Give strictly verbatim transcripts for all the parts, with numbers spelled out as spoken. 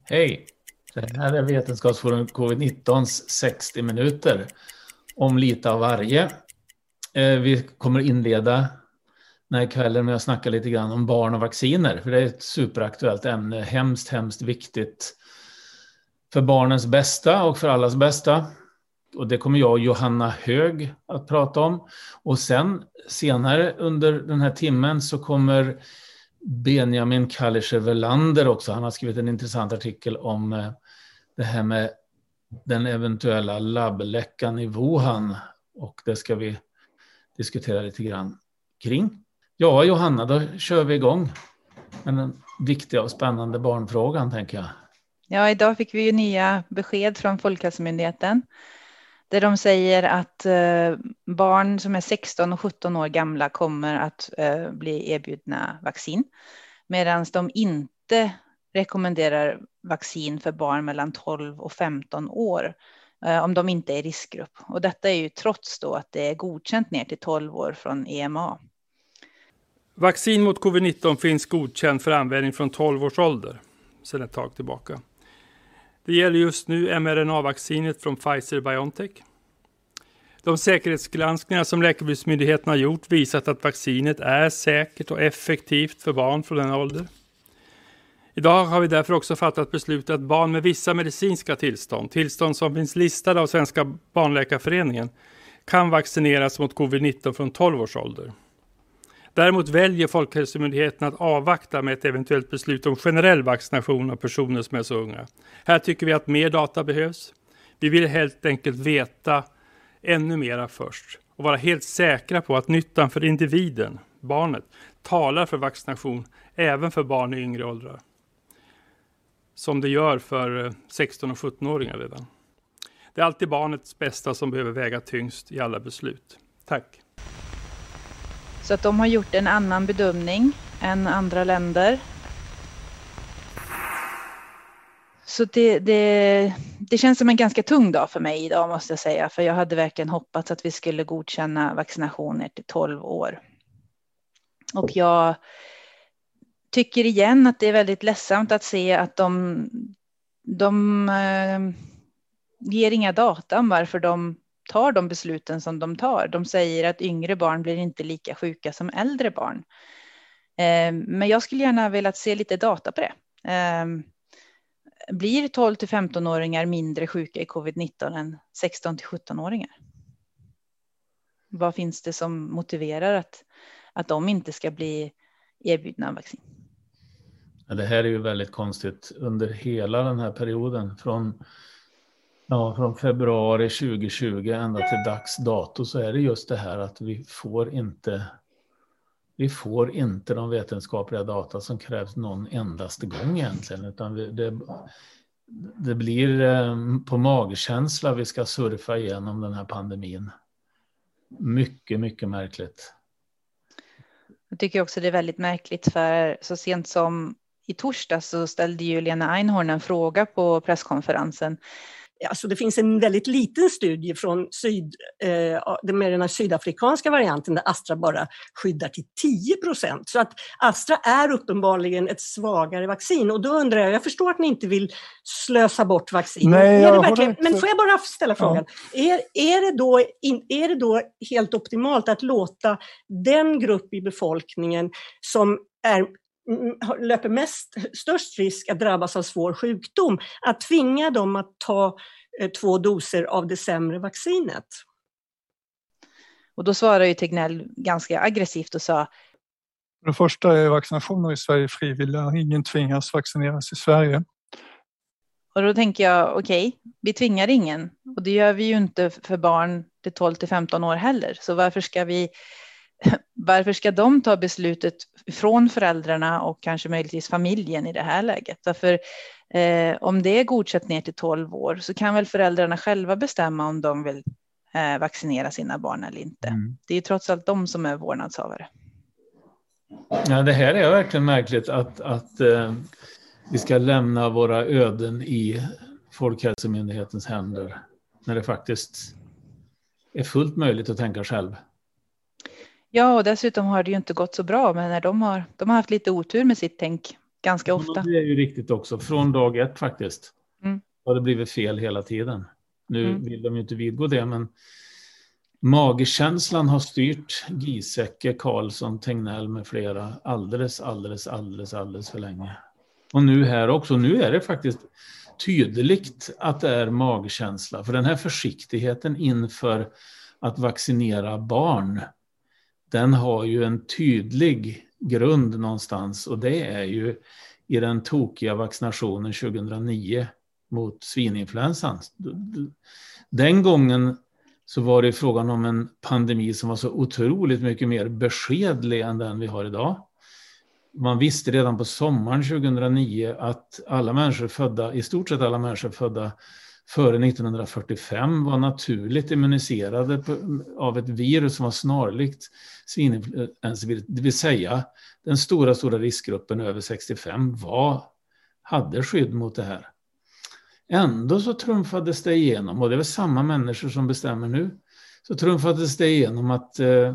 Hej! Det här är Vetenskapsforum covid nitton:s sextio minuter om lite av varje. Vi kommer inleda den här kvällen med att snacka lite grann om barn och vacciner. För det är ett superaktuellt ämne, hemskt, hemskt viktigt för barnens bästa och för allas bästa. Och det kommer jag och Johanna Hög att prata om. Och sen senare under den här timmen så kommer Benjamin Kalischer-Verlander också. Han har skrivit en intressant artikel om det här med den eventuella labbläckan i Wuhan. Och det ska vi diskutera lite grann kring. Ja, Johanna, då kör vi igång med den viktiga och spännande barnfrågan, tänker jag. Ja, idag fick vi ju nya besked från Folkhälsomyndigheten. Där de säger att eh, barn som är sexton och sjutton år gamla kommer att eh, bli erbjudna vaccin. Medan de inte rekommenderar vaccin för barn mellan tolv och femton år. Eh, om de inte är i riskgrupp. Och detta är ju trots då att det är godkänt ner till tolv år från E M A. Vaccin mot covid nitton finns godkänt för användning från tolv års ålder. Sedan ett tag tillbaka. Det gäller just nu mRNA-vaccinet från Pfizer-BioNTech. De säkerhetsgranskningar som Läkemedelsmyndigheten har gjort visat att vaccinet är säkert och effektivt för barn från den ålder. Idag har vi därför också fattat beslut att barn med vissa medicinska tillstånd, tillstånd som finns listade av Svenska barnläkarföreningen, kan vaccineras mot covid nitton från tolv års ålder. Däremot väljer Folkhälsomyndigheten att avvakta med ett eventuellt beslut om generell vaccination av personer som är så unga. Här tycker vi att mer data behövs. Vi vill helt enkelt veta ännu mera först och vara helt säkra på att nyttan för individen, barnet, talar för vaccination även för barn i yngre åldrar. Som det gör för sexton- och sjutton-åringar redan. Det är alltid barnets bästa som behöver väga tyngst i alla beslut. Tack. Så att de har gjort en annan bedömning än andra länder. Så det, det, det känns som en ganska tung dag för mig idag, måste jag säga. För jag hade verkligen hoppats att vi skulle godkänna vaccinationer till tolv år. Och jag tycker igen att det är väldigt ledsamt att se att de, de eh, ger inga data om varför de tar de besluten som de tar. De säger att yngre barn blir inte lika sjuka som äldre barn. Eh, men jag skulle gärna vilja se lite data på det. Eh, blir tolv till femton-åringar mindre sjuka i covid nitton än sexton till sjutton-åringar? Vad finns det som motiverar att, att de inte ska bli erbjudna vaccin? Ja, det här är ju väldigt konstigt. Under hela den här perioden från Ja, från februari tjugo tjugo ända till dags dato så är det just det här att vi får inte vi får inte de vetenskapliga data som krävs någon endaste gång egentligen, utan vi, det, det blir eh, på magkänsla vi ska surfa igenom den här pandemin. Mycket, mycket märkligt. Jag tycker också det är väldigt märkligt, för så sent som i torsdag så ställde ju Lena Einhorn en fråga på presskonferensen. Alltså det finns en väldigt liten studie från syd, eh, med den här sydafrikanska varianten där Astra bara skyddar till tio procent. Så att Astra är uppenbarligen ett svagare vaccin. Och då undrar jag, jag förstår att ni inte vill slösa bort vaccin. Nej, är det jag verkligen, inte... Men får jag bara ställa frågan. Ja. Är, är, det då, är det då helt optimalt att låta den grupp i befolkningen som är löper mest, störst risk att drabbas av svår sjukdom, att tvinga dem att ta eh, två doser av det sämre vaccinet? Och då svarar ju Tegnell ganska aggressivt och sa: för det första är vaccinationer i Sverige frivilliga. Ingen tvingas vaccineras i Sverige. Och då tänker jag, okej, okay, vi tvingar ingen. Och det gör vi ju inte för barn till tolv till femton år heller. Så varför ska vi Varför ska de ta beslutet från föräldrarna och kanske möjligtvis familjen i det här läget? Därför eh, om det är godkänt ner till tolv år så kan väl föräldrarna själva bestämma om de vill eh, vaccinera sina barn eller inte. Mm. Det är ju trots allt de som är vårdnadshavare. Ja, det här är verkligen märkligt att, att eh, vi ska lämna våra öden i Folkhälsomyndighetens händer när det faktiskt är fullt möjligt att tänka själv. Ja, och dessutom har det ju inte gått så bra, men när de har, de har haft lite otur med sitt tänk ganska ofta. Ja, det är ju riktigt också. Från dag ett faktiskt. Mm. Har det blivit fel hela tiden. Nu mm. vill de ju inte vidgå det, men magkänslan har styrt Giesecke, Karlsson, Tegnell med flera alldeles, alldeles, alldeles, alldeles för länge. Och nu här också. Nu är det faktiskt tydligt att det är magkänsla. För den här försiktigheten inför att vaccinera barn, den har ju en tydlig grund någonstans. Och det är ju i den tokiga vaccinationen tjugohundranio mot svininfluensan. Den gången så var det frågan om en pandemi som var så otroligt mycket mer beskedlig än den vi har idag. Man visste redan på sommaren tjugohundranio att alla människor födda, i stort sett alla människor födda före nittonhundrafyrtiofem var naturligt immuniserade av ett virus som var snarlikt svininfluensavirus. Det vill säga den stora, stora riskgruppen över sextiofem var, hade skydd mot det här. Ändå så trumfades det igenom, och det är väl samma människor som bestämmer nu, så trumfades det igenom att eh,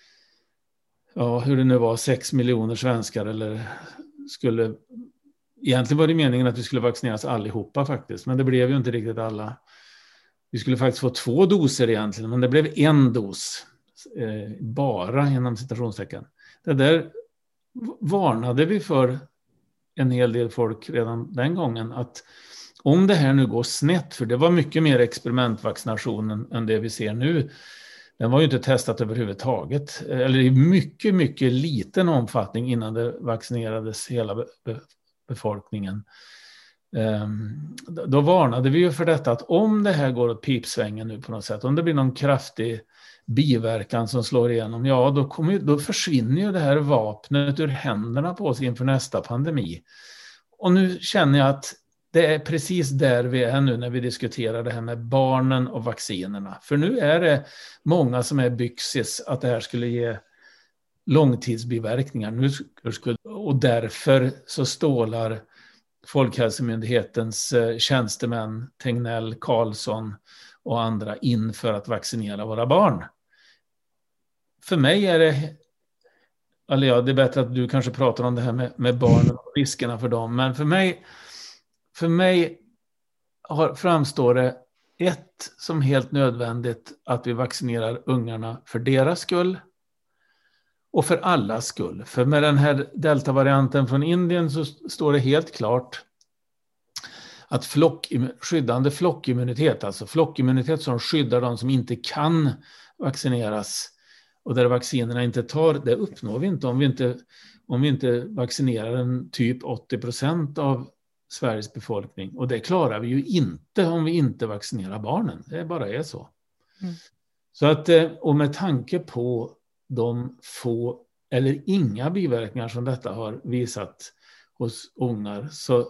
ja, hur det nu var, sex miljoner svenskar eller skulle, egentligen var det meningen att vi skulle vaccineras allihopa faktiskt, men det blev ju inte riktigt alla. Vi skulle faktiskt få två doser egentligen, men det blev en dos, eh, bara inom citationstecken. Det där varnade vi för en hel del folk redan den gången, att om det här nu går snett, för det var mycket mer experimentvaccination än det vi ser nu. Den var ju inte testat överhuvudtaget, eller i mycket, mycket liten omfattning innan det vaccinerades hela be- befolkningen. Um, då varnade vi ju för detta, att om det här går åt pipsvängen nu på något sätt, om det blir någon kraftig biverkan som slår igenom, ja då, kommer, då försvinner ju det här vapnet ur händerna på oss inför nästa pandemi. Och nu känner jag att det är precis där vi är nu när vi diskuterar det här med barnen och vaccinerna. För nu är det många som är byxis att det här skulle ge långtidsbiverkningar. Nu skulle, och därför så stålar Folkhälsomyndighetens tjänstemän, Tegnell, Karlsson och andra in för att vaccinera våra barn. För mig är det, eller ja, det är bättre att du kanske pratar om det här med, med barnen och riskerna för dem, men för mig För mig har, framstår det ett som helt nödvändigt att vi vaccinerar ungarna för deras skull och för allas skull. För med den här deltavarianten från Indien så står det helt klart att flock, skyddande flockimmunitet, alltså flockimmunitet som skyddar de som inte kan vaccineras och där vaccinerna inte tar, det uppnår vi inte om vi inte, om vi inte vaccinerar en typ åttio procent av Sveriges befolkning. Och det klarar vi ju inte om vi inte vaccinerar barnen. Det bara är så. Mm. Så att, och med tanke på de få eller inga biverkningar som detta har visat hos ungar, så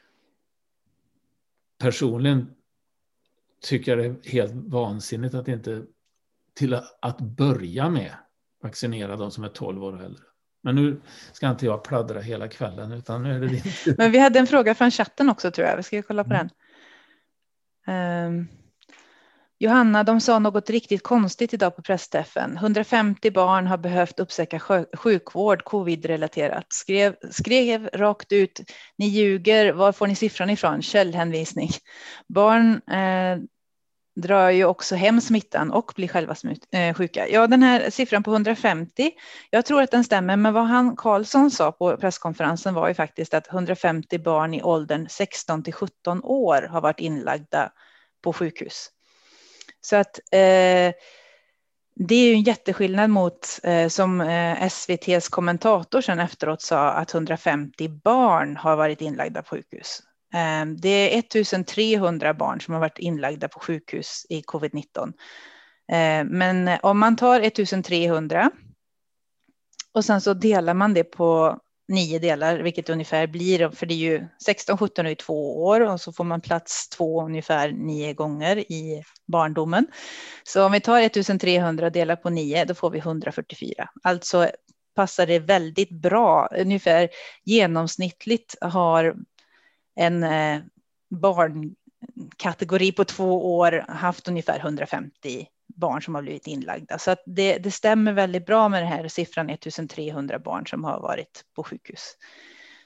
personligen tycker jag det är helt vansinnigt att inte till att börja med vaccinera de som är tolv år och äldre. Men nu ska inte jag pladdra hela kvällen, utan nu är det din. Men vi hade en fråga från chatten också, tror jag. Vi ska kolla på mm. den. Um, Johanna, de sa något riktigt konstigt idag på pressträffen. hundrafemtio barn har behövt uppsöka sjukvård covid-relaterat. Skrev, skrev rakt ut, ni ljuger, var får ni siffran ifrån? Källhänvisning. Barn eh, drar ju också hem smittan och blir själva smut, eh, sjuka. Ja, den här siffran på hundrafemtio, jag tror att den stämmer, men vad han Karlsson sa på presskonferensen var ju faktiskt att hundrafemtio barn i åldern sexton till sjutton år har varit inlagda på sjukhus. Så att eh, det är ju en jätteskillnad mot, eh, som eh, S V T:s kommentator sen efteråt sa, att hundrafemtio barn har varit inlagda på sjukhus. Eh, det är ettusentrehundra barn som har varit inlagda på sjukhus i covid nitton. Eh, men om man tar ettusentrehundra och sen så delar man det på nio delar, vilket ungefär blir, för det är ju sexton sjutton i två år och så får man plats två ungefär nio gånger i barndomen. Så om vi tar ettusentrehundra delar på nio, då får vi hundrafyrtiofyra. Alltså passar det väldigt bra. Ungefär genomsnittligt har en eh, barnkategori på två år haft ungefär hundrafemtio barn som har blivit inlagda. Så att det, det stämmer väldigt bra med den här siffran ettusentrehundra barn som har varit på sjukhus.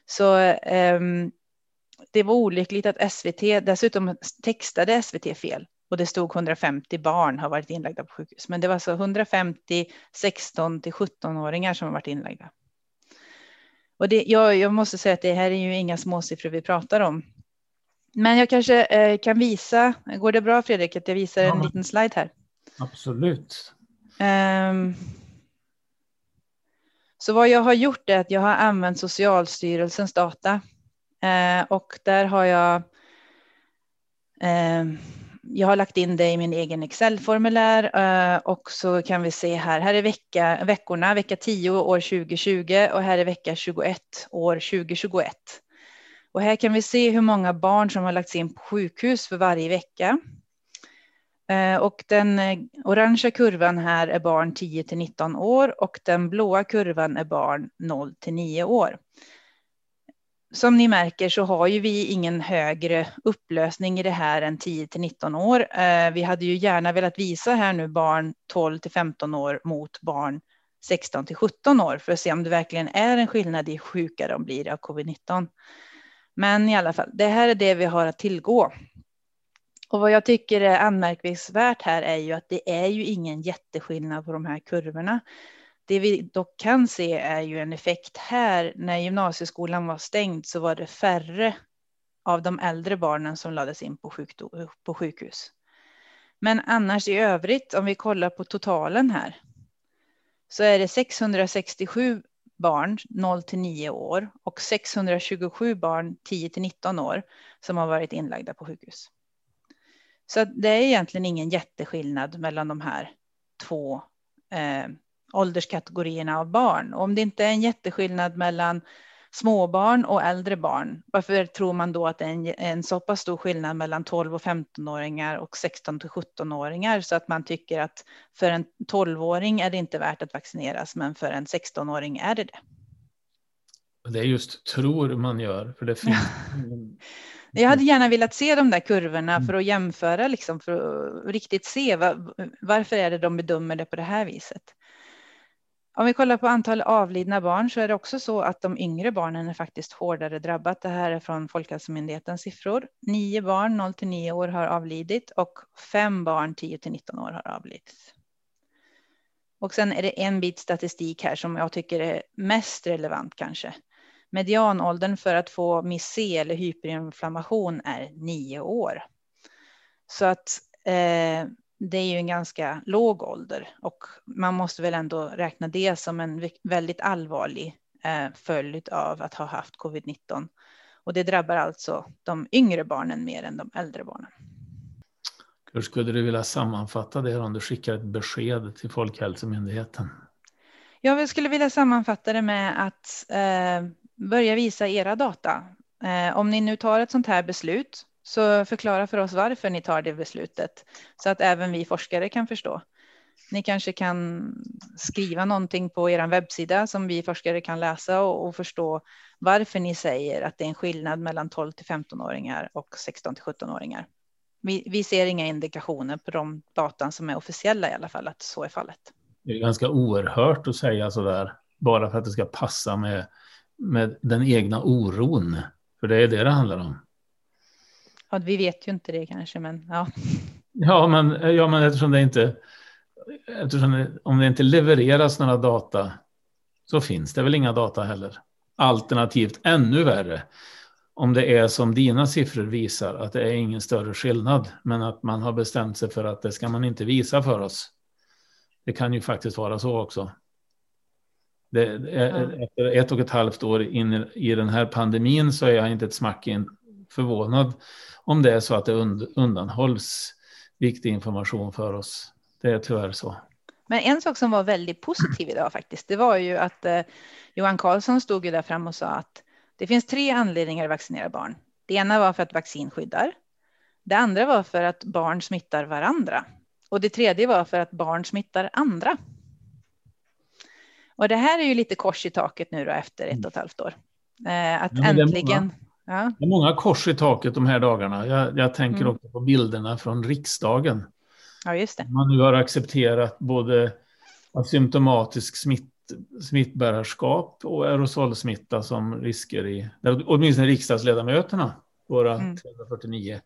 Så eh, det var olyckligt att S V T, dessutom textade S V T fel. Och det stod hundrafemtio barn har varit inlagda på sjukhus. Men det var alltså hundrafemtio sexton till sjutton-åringar som har varit inlagda. Och det, jag, jag måste säga att det här är ju inga småsiffror vi pratar om. Men jag kanske eh, kan visa, går det bra Fredrik att jag visar en ja, liten slide här? Absolut. Um, så vad jag har gjort är att jag har använt Socialstyrelsens data. Uh, och där har jag, uh, jag har lagt in det i min egen Excel-formulär. Uh, och så kan vi se här, här är vecka, veckorna, vecka tio år tjugo tjugo och här är vecka tjugoett år tjugo tjugoett. Och här kan vi se hur många barn som har lagts in på sjukhus för varje vecka. Och den orangea kurvan här är barn tio till nitton år och den blåa kurvan är barn noll till nio år. Som ni märker så har ju vi ingen högre upplösning i det här än tio till nitton år. Vi hade ju gärna velat visa här nu barn tolv till femton år mot barn sexton till sjutton år för att se om det verkligen är en skillnad i hur sjuka de blir av covid nitton. Men i alla fall, det här är det vi har att tillgå. Och vad jag tycker är anmärkningsvärt här är ju att det är ju ingen jätteskillnad på de här kurvorna. Det vi dock kan se är ju en effekt här. När gymnasieskolan var stängd så var det färre av de äldre barnen som lades in på, sjukdom, på sjukhus. Men annars i övrigt, om vi kollar på totalen här, så är det sexhundrasextiosju barn noll till nio år och sexhundratjugosju barn tio till nitton år som har varit inlagda på sjukhus. Så det är egentligen ingen jätteskillnad mellan de här två eh, ålderskategorierna av barn. Och om det inte är en jätteskillnad mellan småbarn och äldre barn, varför tror man då att det är en, en så pass stor skillnad mellan tolv och femton-åringar och sexton till sjutton-åringar så att man tycker att för en tolv-åring är det inte värt att vaccineras men för en sexton-åring är det det? Det är just tror man gör, för det finns... Jag hade gärna velat se de där kurvorna för att jämföra, liksom, för att riktigt se var, varför är det de bedömer det på det här viset. Om vi kollar på antal avlidna barn så är det också så att de yngre barnen är faktiskt hårdare drabbat. Det här är från Folkhälsomyndighetens siffror. Nio barn noll till nio år har avlidit och fem barn tio till nitton år har avlidit. Och sen är det en bit statistik här som jag tycker är mest relevant kanske. Medianåldern för att få M I C eller hyperinflammation är nio år. Så att eh, det är ju en ganska låg ålder och man måste väl ändå räkna det som en väldigt allvarlig eh, följd av att ha haft covid nitton. Och det drabbar alltså de yngre barnen mer än de äldre barnen. Hur skulle du vilja sammanfatta det om du skickar ett besked till Folkhälsomyndigheten? Jag skulle vilja sammanfatta det med att eh, börja visa era data. Eh, om ni nu tar ett sånt här beslut så förklara för oss varför ni tar det beslutet så att även vi forskare kan förstå. Ni kanske kan skriva någonting på er webbsida som vi forskare kan läsa och, och förstå varför ni säger att det är en skillnad mellan tolv till femton-åringar och sexton till sjutton-åringar. Vi, vi ser inga indikationer på de datan som är officiella i alla fall att så är fallet. Det är ganska oerhört att säga sådär bara för att det ska passa med, med den egna oron. För det är det det handlar om. Ja, vi vet ju inte det kanske, men ja. Ja, men, ja, men eftersom det inte, eftersom det, om det inte levereras några data så finns det väl inga data heller. Alternativt ännu värre. Om det är som dina siffror visar att det är ingen större skillnad men att man har bestämt sig för att det ska man inte visa för oss. Det kan ju faktiskt vara så också. Det, är, efter ett och ett halvt år in i den här pandemin så är jag inte ett smack in förvånad om det är så att det undanhålls viktig information för oss. Det är tyvärr så. Men en sak som var väldigt positiv idag faktiskt, det var ju att eh, Johan Carlsson stod ju där fram och sa att det finns tre anledningar att vaccinera barn. Det ena var för att vaccin skyddar. Det andra var för att barn smittar varandra. Och det tredje var för att barn smittar andra. Och det här är ju lite kors i taket nu då efter ett och ett halvt år. Eh, att ja, äntligen... Det är, ja. det är många kors i taket de här dagarna. Jag, jag tänker mm. också på bilderna från riksdagen. Ja, just det. Man nu har accepterat både asymptomatisk smitt, smittbärarskap och aerosolsmitta som risker i, åtminstone riksdagsledamöterna, våra mm. trehundrafyrtionio,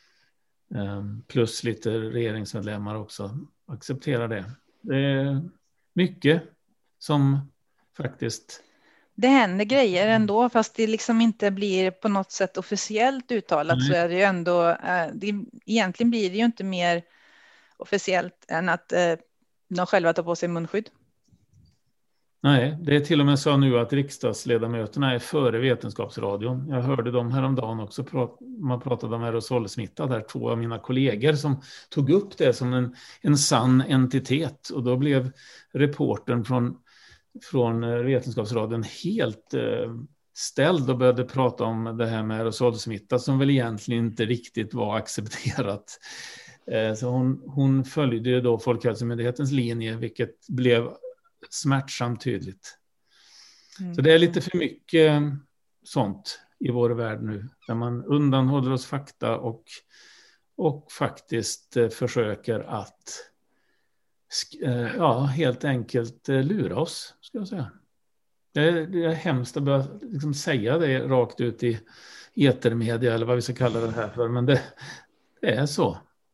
plus lite regeringsmedlemmar också, accepterar det. Det är mycket som faktiskt... Det händer grejer ändå, fast det liksom inte blir på något sätt officiellt uttalat. Nej. Så är det ju ändå, det, egentligen blir det ju inte mer officiellt än att eh, de själva tar på sig munskydd. Nej, det är till och med så nu att riksdagsledamöterna är före Vetenskapsradion. Jag hörde dem häromdagen också, man pratade om aerosolsmitta där, två av mina kollegor som tog upp det som en, en sann entitet. Och då blev reportern från, från Vetenskapsradion helt eh, ställd och började prata om det här med aerosolsmitta som väl egentligen inte riktigt var accepterat. Eh, så hon, hon följde ju då Folkhälsomyndighetens linje, vilket blev smärtsamt tydligt. Mm. Så det är lite för mycket sånt i vår värld nu, där man undanhåller oss fakta och, och faktiskt eh, försöker att eh, ja, helt enkelt eh, lura oss, ska jag säga. Det är, det är hemskt att börja liksom säga det rakt ut i etermedia eller vad vi ska kalla det här för, men det, det är så.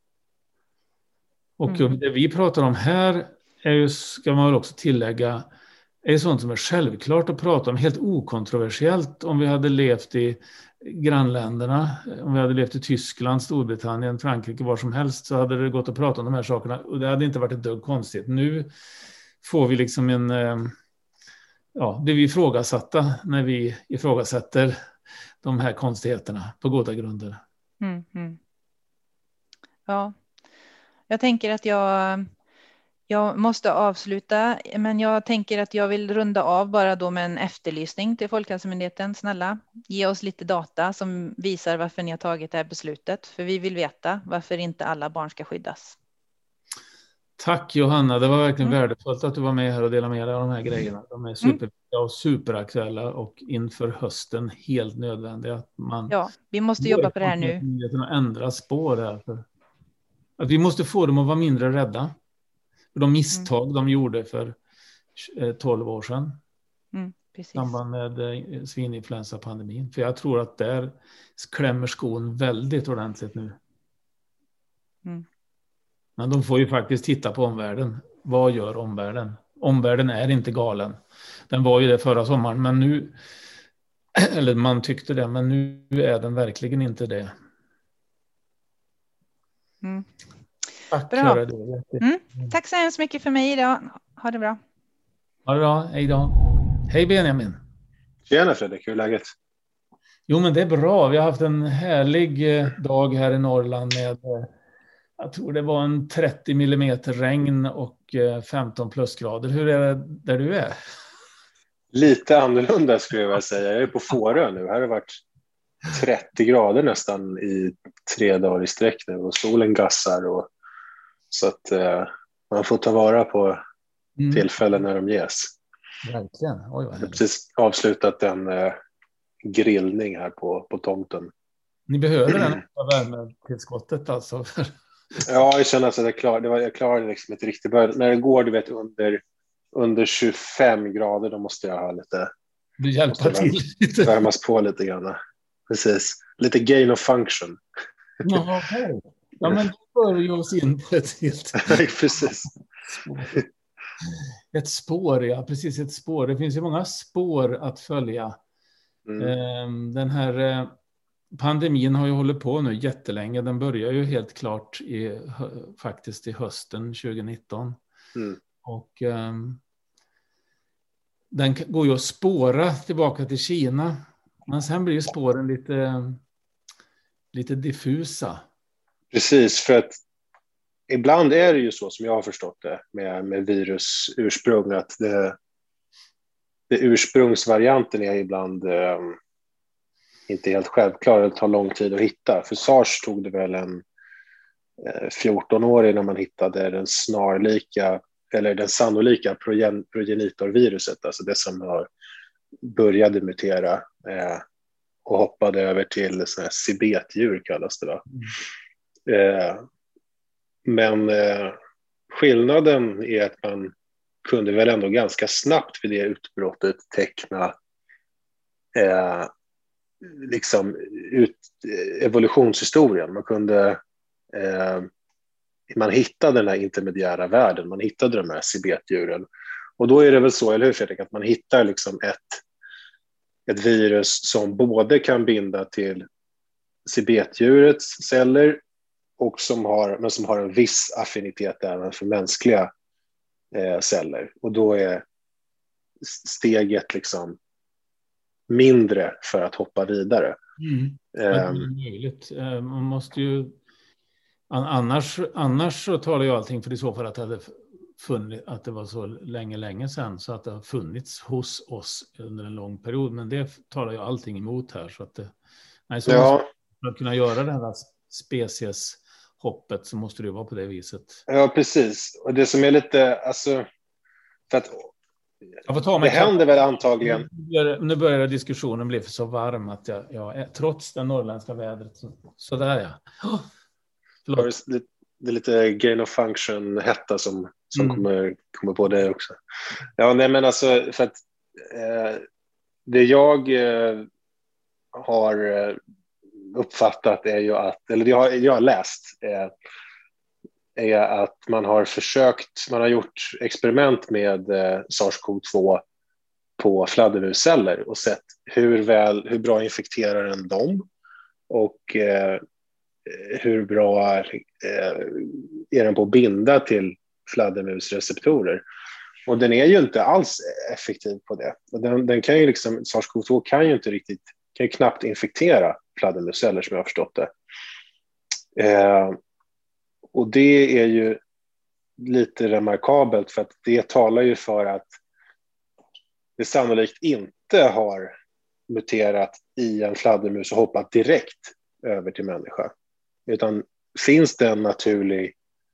Och mm. det vi pratar om här är ju, ska man väl också tillägga, är sånt som är självklart att prata om, helt okontroversiellt. Om vi hade levt i grannländerna, om vi hade levt i Tyskland, Storbritannien, Frankrike, var som helst, så hade det gått att prata om de här sakerna och det hade inte varit ett dugg konstigt. Nu får vi liksom en, ja, det vi ifrågasatta när vi ifrågasätter de här konstigheterna på goda grunder. Mm, mm. Ja, jag tänker att jag Jag måste avsluta, men jag tänker att jag vill runda av bara då med en efterlysning till Folkhälsomyndigheten. Snälla, ge oss lite data som visar varför ni har tagit det här beslutet. För vi vill veta varför inte alla barn ska skyddas. Tack Johanna, det var verkligen mm. värdefullt att du var med här och delade med dig av de här grejerna. De är super, mm. och superaktuella och inför hösten helt nödvändiga. Att man ja, vi måste jobba på det här nu. Att ändra spår här för att vi måste få dem att vara mindre rädda. De misstag mm. de gjorde för tolv år sedan. Mm, precis. I samband med svininfluensapandemin. För jag tror att där klämmer skon väldigt ordentligt nu. Mm. Men de får ju faktiskt titta på omvärlden. Vad gör omvärlden? Omvärlden är inte galen. Den var ju det förra sommaren. Men nu, eller man tyckte det, men nu är den verkligen inte det. Mm. Tack, bra. För det. Mm. Tack så hemskt mycket för mig idag. Ha det bra. Ha det bra. Hej då. Hej Benjamin. Tjena Fredrik, hur är läget? Jo men det är bra. Vi har haft en härlig dag här i Norrland med, jag tror det var en trettio millimeter regn och femton plusgrader. Hur är det där du är? Lite annorlunda skulle jag vilja säga. Jag är på Fårö nu. Här har det varit trettio grader nästan i tre dagar i sträck nu och solen gassar och så att eh, man får ta vara på mm. tillfällen när de ges. Verkligen. Oj, vad jag har precis avslutat en eh, grillning här på, på tomten. Ni behöver den värmetillskottet alltså? Ja, jag känner att jag klarade, det var, jag klarade liksom ett riktigt början. När det går du vet, under, under tjugofem grader då måste jag ha lite... Du hjälper till lite. Värmas på lite grann. Precis. Lite gain of function. Jaha, ja, men då börjar oss in på ett helt... Precis. Ett spår, ja. Precis, ett spår. Det finns ju många spår att följa. Mm. Den här pandemin har ju hållit på nu jättelänge. Den börjar ju helt klart i, faktiskt i hösten tjugonitton. Mm. Och um, den går ju att spåra tillbaka till Kina. Men sen blir ju spåren lite, lite diffusa. Precis, för att ibland är det ju så som jag har förstått det med, med virusursprung att det, det ursprungsvarianten är ibland eh, inte helt självklar. Det tar lång tid att hitta. För SARS tog det väl en eh, fjorton år innan man hittade den snarlika eller den sannolika progen, progenitorviruset, alltså det som har började mutera eh, och hoppade över till såna här cibetdjur kallas det då. Mm. Eh, men eh, skillnaden är att man kunde väl ändå ganska snabbt vid det utbrottet teckna eh, liksom ut, evolutionshistorien. Man kunde eh, man hittade den här intermediära världen, man hittade de här cibetdjuren. Och då är det väl så, eller hur Fredrik, att man hittar liksom ett, ett virus som både kan binda till cibetdjurets celler och som har, men som har en viss affinitet även för mänskliga eh, celler. Och då är steget liksom mindre för att hoppa vidare. Mm. Det är möjligt. Man måste ju annars, annars så talar ju allting för i så fall att det hade funnits, att det var så länge länge sedan så att det har funnits hos oss under en lång period, men det talar ju allting emot här, så att det, nej, så ja. måste, för att kunna göra det här specieshoppet så måste det vara på det viset. Ja, precis. Och det som är lite, alltså, för att jag får ta mig det händer väl antagligen. Nu börjar diskussionen bli för så varm att jag, jag trots det norrländska vädret så, så där ja. Oh, det, det är lite gain of function hetta som, som mm. kommer, kommer på det också. Ja, nej men alltså för att eh, det jag eh, har uppfattat är ju att, eller det jag har, jag har läst eh, är att man har försökt, man har gjort experiment med eh, SARS-CoV två på fladdermusceller och sett hur väl, hur bra infekterar den dem och eh, hur bra är, eh, är den på att binda till fladdermusreceptorer. Och den är ju inte alls effektiv på det. Den, den kan ju liksom, SARS-CoV två kan ju inte riktigt, kan ju knappt infektera fladdermusceller som jag har förstått det. Eh, och det är ju lite remarkabelt för att det talar ju för att det sannolikt inte har muterat i en fladdermus och hoppat direkt över till människa. Utan finns det en naturlig,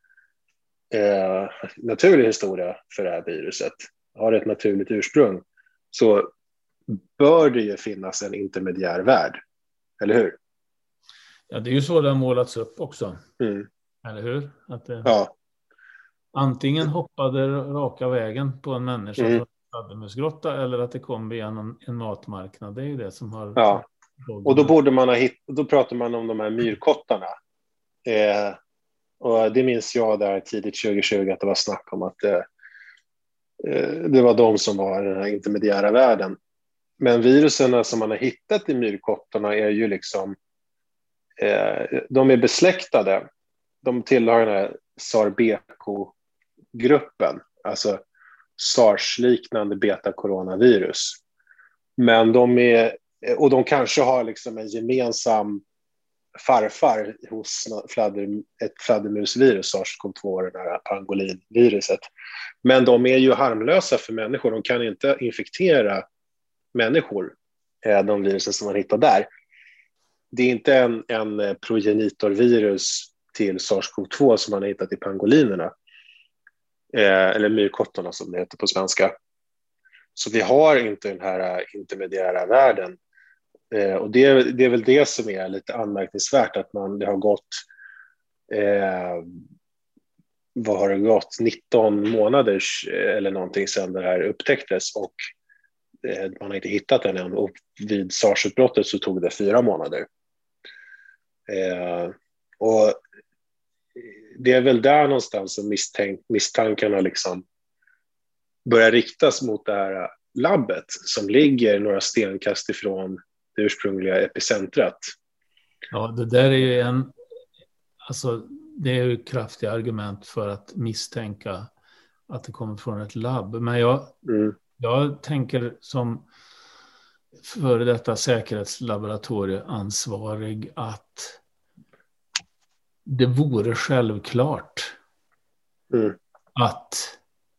eh, naturlig historia för det här viruset, har ett naturligt ursprung, så bör det ju finnas en intermediär värld. Eller hur? Ja, det är ju så det har målats upp också. Mm. Eller hur? Att det, ja. Antingen hoppade raka vägen på en människa mm. från fladdermusgrotta eller att det kom via en, en matmarknad. Det är ju det som har... Ja. Och då borde man ha hitt, då pratar man om de här myrkottarna. Eh, och det minns jag där tidigt tjugo tjugo att det var snack om att eh, det var de som var den här intermediära världen. Men virusen som man har hittat i myrkottarna är ju liksom eh, de är besläktade. De tillhör den här SARS-B-gruppen, alltså SARS-liknande beta-coronavirus. Men de är, och de kanske har liksom en gemensam farfar hos fladder, ett fladdermusvirus, SARS-CoV två, det här pangolinviruset. Men de är ju harmlösa för människor, de kan inte infektera människor, de virusen som man hittar där. Det är inte en, en progenitorvirus till SARS-CoV två som man har hittat i pangolinerna, eh, eller myrkottarna som det heter på svenska. Så vi har inte den här intermediära världen. Eh, och det, det är väl det som är lite anmärkningsvärt, att man, det har gått eh, vad har det gått, nitton månader eller någonting sedan det här upptäcktes, och eh, man har inte hittat den än, och vid SARS-utbrottet så tog det fyra månader. Eh, och det är väl där någonstans som misstänk, misstankarna liksom börjar riktas mot det här labbet som ligger några stenkast ifrån det ursprungliga epicentrat. Ja, det där är ju en, alltså det är ju kraftiga argument för att misstänka att det kommer från ett labb. Men jag, mm. jag tänker som före detta säkerhetslaboratorieansvarig att det vore självklart mm. att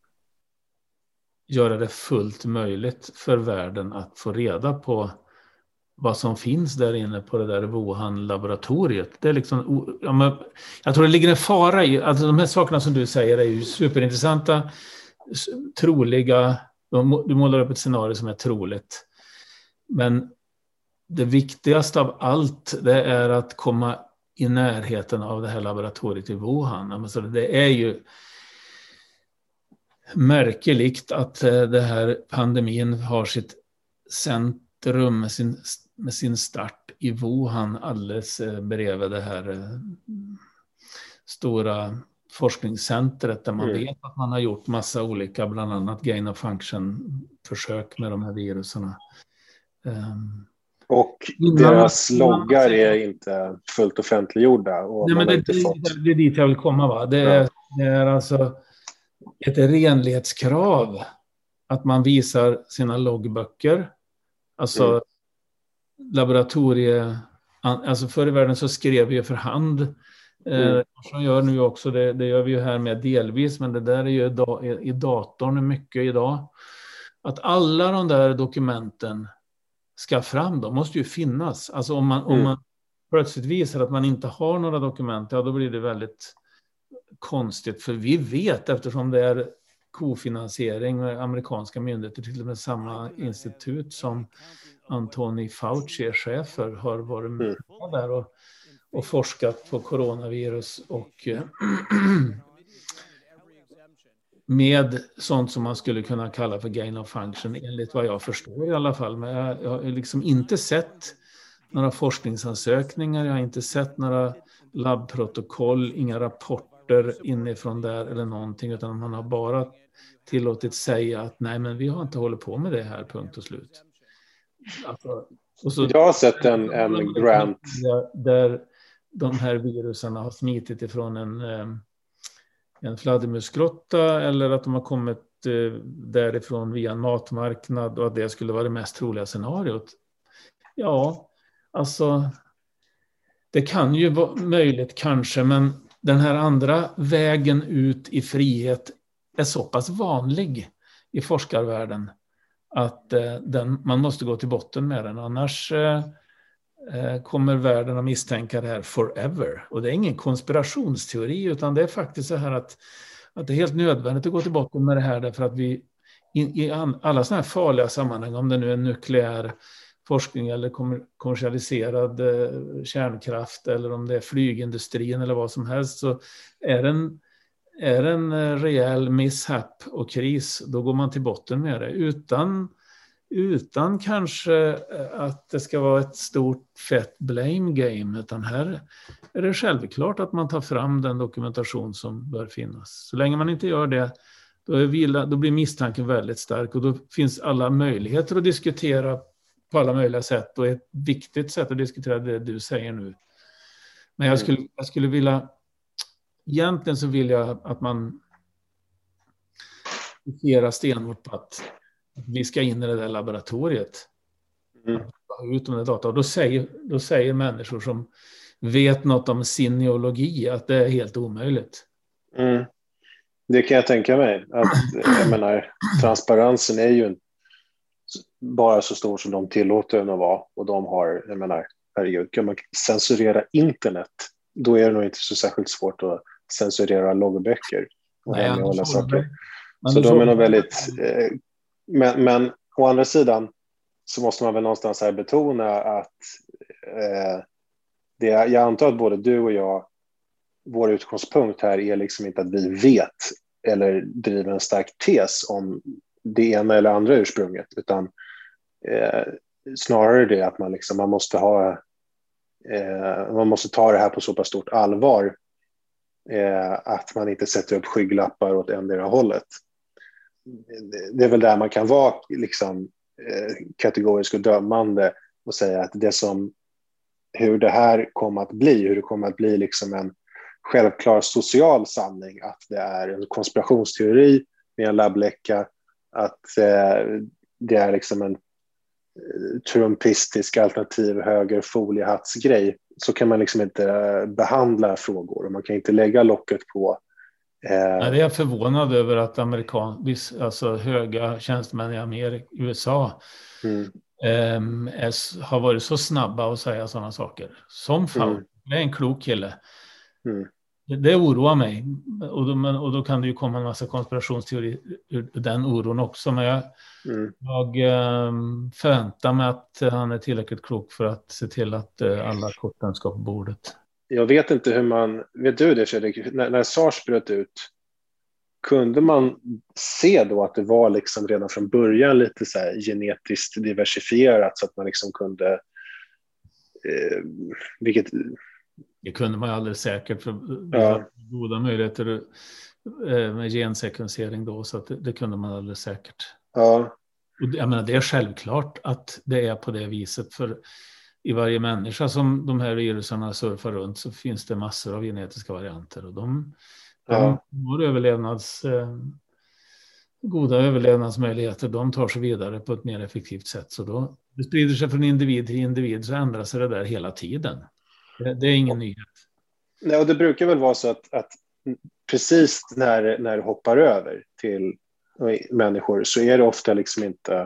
göra det fullt möjligt för världen att få reda på vad som finns där inne på det där Wuhan-laboratoriet. Det är liksom, ja, men, jag tror det ligger en fara i, alltså de här sakerna som du säger är ju superintressanta, troliga, du målar upp ett scenario som är troligt. Men det viktigaste av allt, det är att komma i närheten av det här laboratoriet i Wuhan. Alltså det är ju märkligt att det här pandemin har sitt centrum med sin, med sin start i Wuhan alldeles bredvid det här stora forskningscentret där man mm. vet att man har gjort massa olika, bland annat gain of function-försök med de här viruserna. Um, och deras man, loggar man, är inte fullt offentliggjorda. Och nej, man men har det, inte fått... det, det är dit jag vill komma. Va? Det, är, ja. det är alltså ett renlighetskrav att man visar sina loggböcker. Alltså mm. laboratorie... Alltså förr i världen så skrev vi för hand. Mm. Eh, som gör nu också, det, det gör vi ju här med delvis, men det där är ju da, i, i datorn mycket idag. Att alla de där dokumenten ska fram, de måste ju finnas. Alltså om man, mm. om man plötsligt visar att man inte har några dokument, ja då blir det väldigt konstigt. För vi vet, eftersom det är kofinansiering med amerikanska myndigheter, till och med samma institut som Anthony Fauci är chef för, har varit med mm. där och, och forskat på coronavirus och med sånt som man skulle kunna kalla för gain of function, enligt vad jag förstår i alla fall. Men jag, jag har liksom inte sett några forskningsansökningar, jag har inte sett några labbprotokoll, inga rapporter inifrån där eller någonting, utan man har bara tillåtit säga att nej, men vi har inte hållit på med det här, punkt och slut. Alltså, och så, jag har sett en, en grant där de här viruserna har smitit ifrån en en fladdermusgrotta, eller att de har kommit därifrån via en matmarknad och att det skulle vara det mest troliga scenariot. Ja, alltså det kan ju vara möjligt kanske, men den här andra vägen ut i frihet är så pass vanlig i forskarvärlden att eh, den, man måste gå till botten med den, annars eh, kommer världen att misstänka det här forever. Och det är ingen konspirationsteori, utan det är faktiskt så här att, att det är helt nödvändigt att gå till botten med det här, därför att vi i, i alla sådana här farliga sammanhang, om det nu är nukleär forskning eller kommersialiserad eh, kärnkraft, eller om det är flygindustrin eller vad som helst, så är en, är en rejäl mishap och kris, då går man till botten med det utan, utan kanske att det ska vara ett stort fett blame game, utan här är det självklart att man tar fram den dokumentation som bör finnas. Så länge man inte gör det, då, är vila, då blir misstanken väldigt stark, och då finns alla möjligheter att diskutera på alla möjliga sätt, och ett viktigt sätt att diskutera det du säger nu. Men jag skulle, jag skulle vilja, egentligen så vill jag att man fokuserar stenhårt på att vi ska in i det där laboratoriet. Mm. Ut med data. Och då säger, då säger människor som vet något om sineologi att det är helt omöjligt. Mm. Det kan jag tänka mig. Att, jag menar, transparensen är ju bara så stor som de tillåter den att vara. Och de har, jag menar, herregud, kan man censurera internet, då är det nog inte så särskilt svårt att censurera loggböcker och hemlighålla saker. Så de är nog väldigt... Eh, men, men å andra sidan så måste man väl någonstans här betona att eh, det, jag antar att både du och jag, vår utgångspunkt här är liksom inte att vi vet eller driver en stark tes om det ena eller andra ursprunget, utan eh, snarare det att man liksom, man måste ha eh, man måste ta det här på så pass stort allvar eh, att man inte sätter upp skygglappar åt endera hållet. Det är väl där man kan vara liksom eh, kategorisk och dömande och säga att det som, hur det här kommer att bli, hur det kommer att bli liksom en självklar social sanning, att det är en konspirationsteori med en labbläcka, att eh, det är liksom en eh, trumpistisk alternativ höger foliehattsgrej, så kan man liksom inte eh, behandla frågor, och man kan inte lägga locket på. Eh... Ja, det är jag förvånad över att amerikan, alltså höga tjänstemän i Amerika, U S A mm. eh, är, har varit så snabba att säga sådana saker. Som Fauci, mm. det är en klok kille. Mm. Det, det oroar mig, och då, men, och då kan det ju komma en massa konspirationsteori ur den oron också, men jag, mm. jag eh, förväntar mig att han är tillräckligt klok för att se till att eh, alla korten ska på bordet. Jag vet inte hur man, vet du det Fredrik, när, när SARS bröt ut, kunde man se då att det var liksom redan från början lite så här genetiskt diversifierat så att man liksom kunde eh, vilket det kunde man ju alldeles säkert för ja. goda möjligheter eh, med gensekvensering då, så att det, det kunde man alldeles säkert. Ja. Och jag menar, det är självklart att det är på det viset, för i varje människa som de här viruserna surfar runt så finns det massor av genetiska varianter, och de, ja. de har överlevnads, eh, goda överlevnadsmöjligheter. De tar sig vidare på ett mer effektivt sätt, så då det sprider sig från individ till individ, så ändrar sig det där hela tiden. Det, det är ingen nyhet. Nej, och det brukar väl vara så att, att precis när, när det hoppar över till människor så är det ofta liksom inte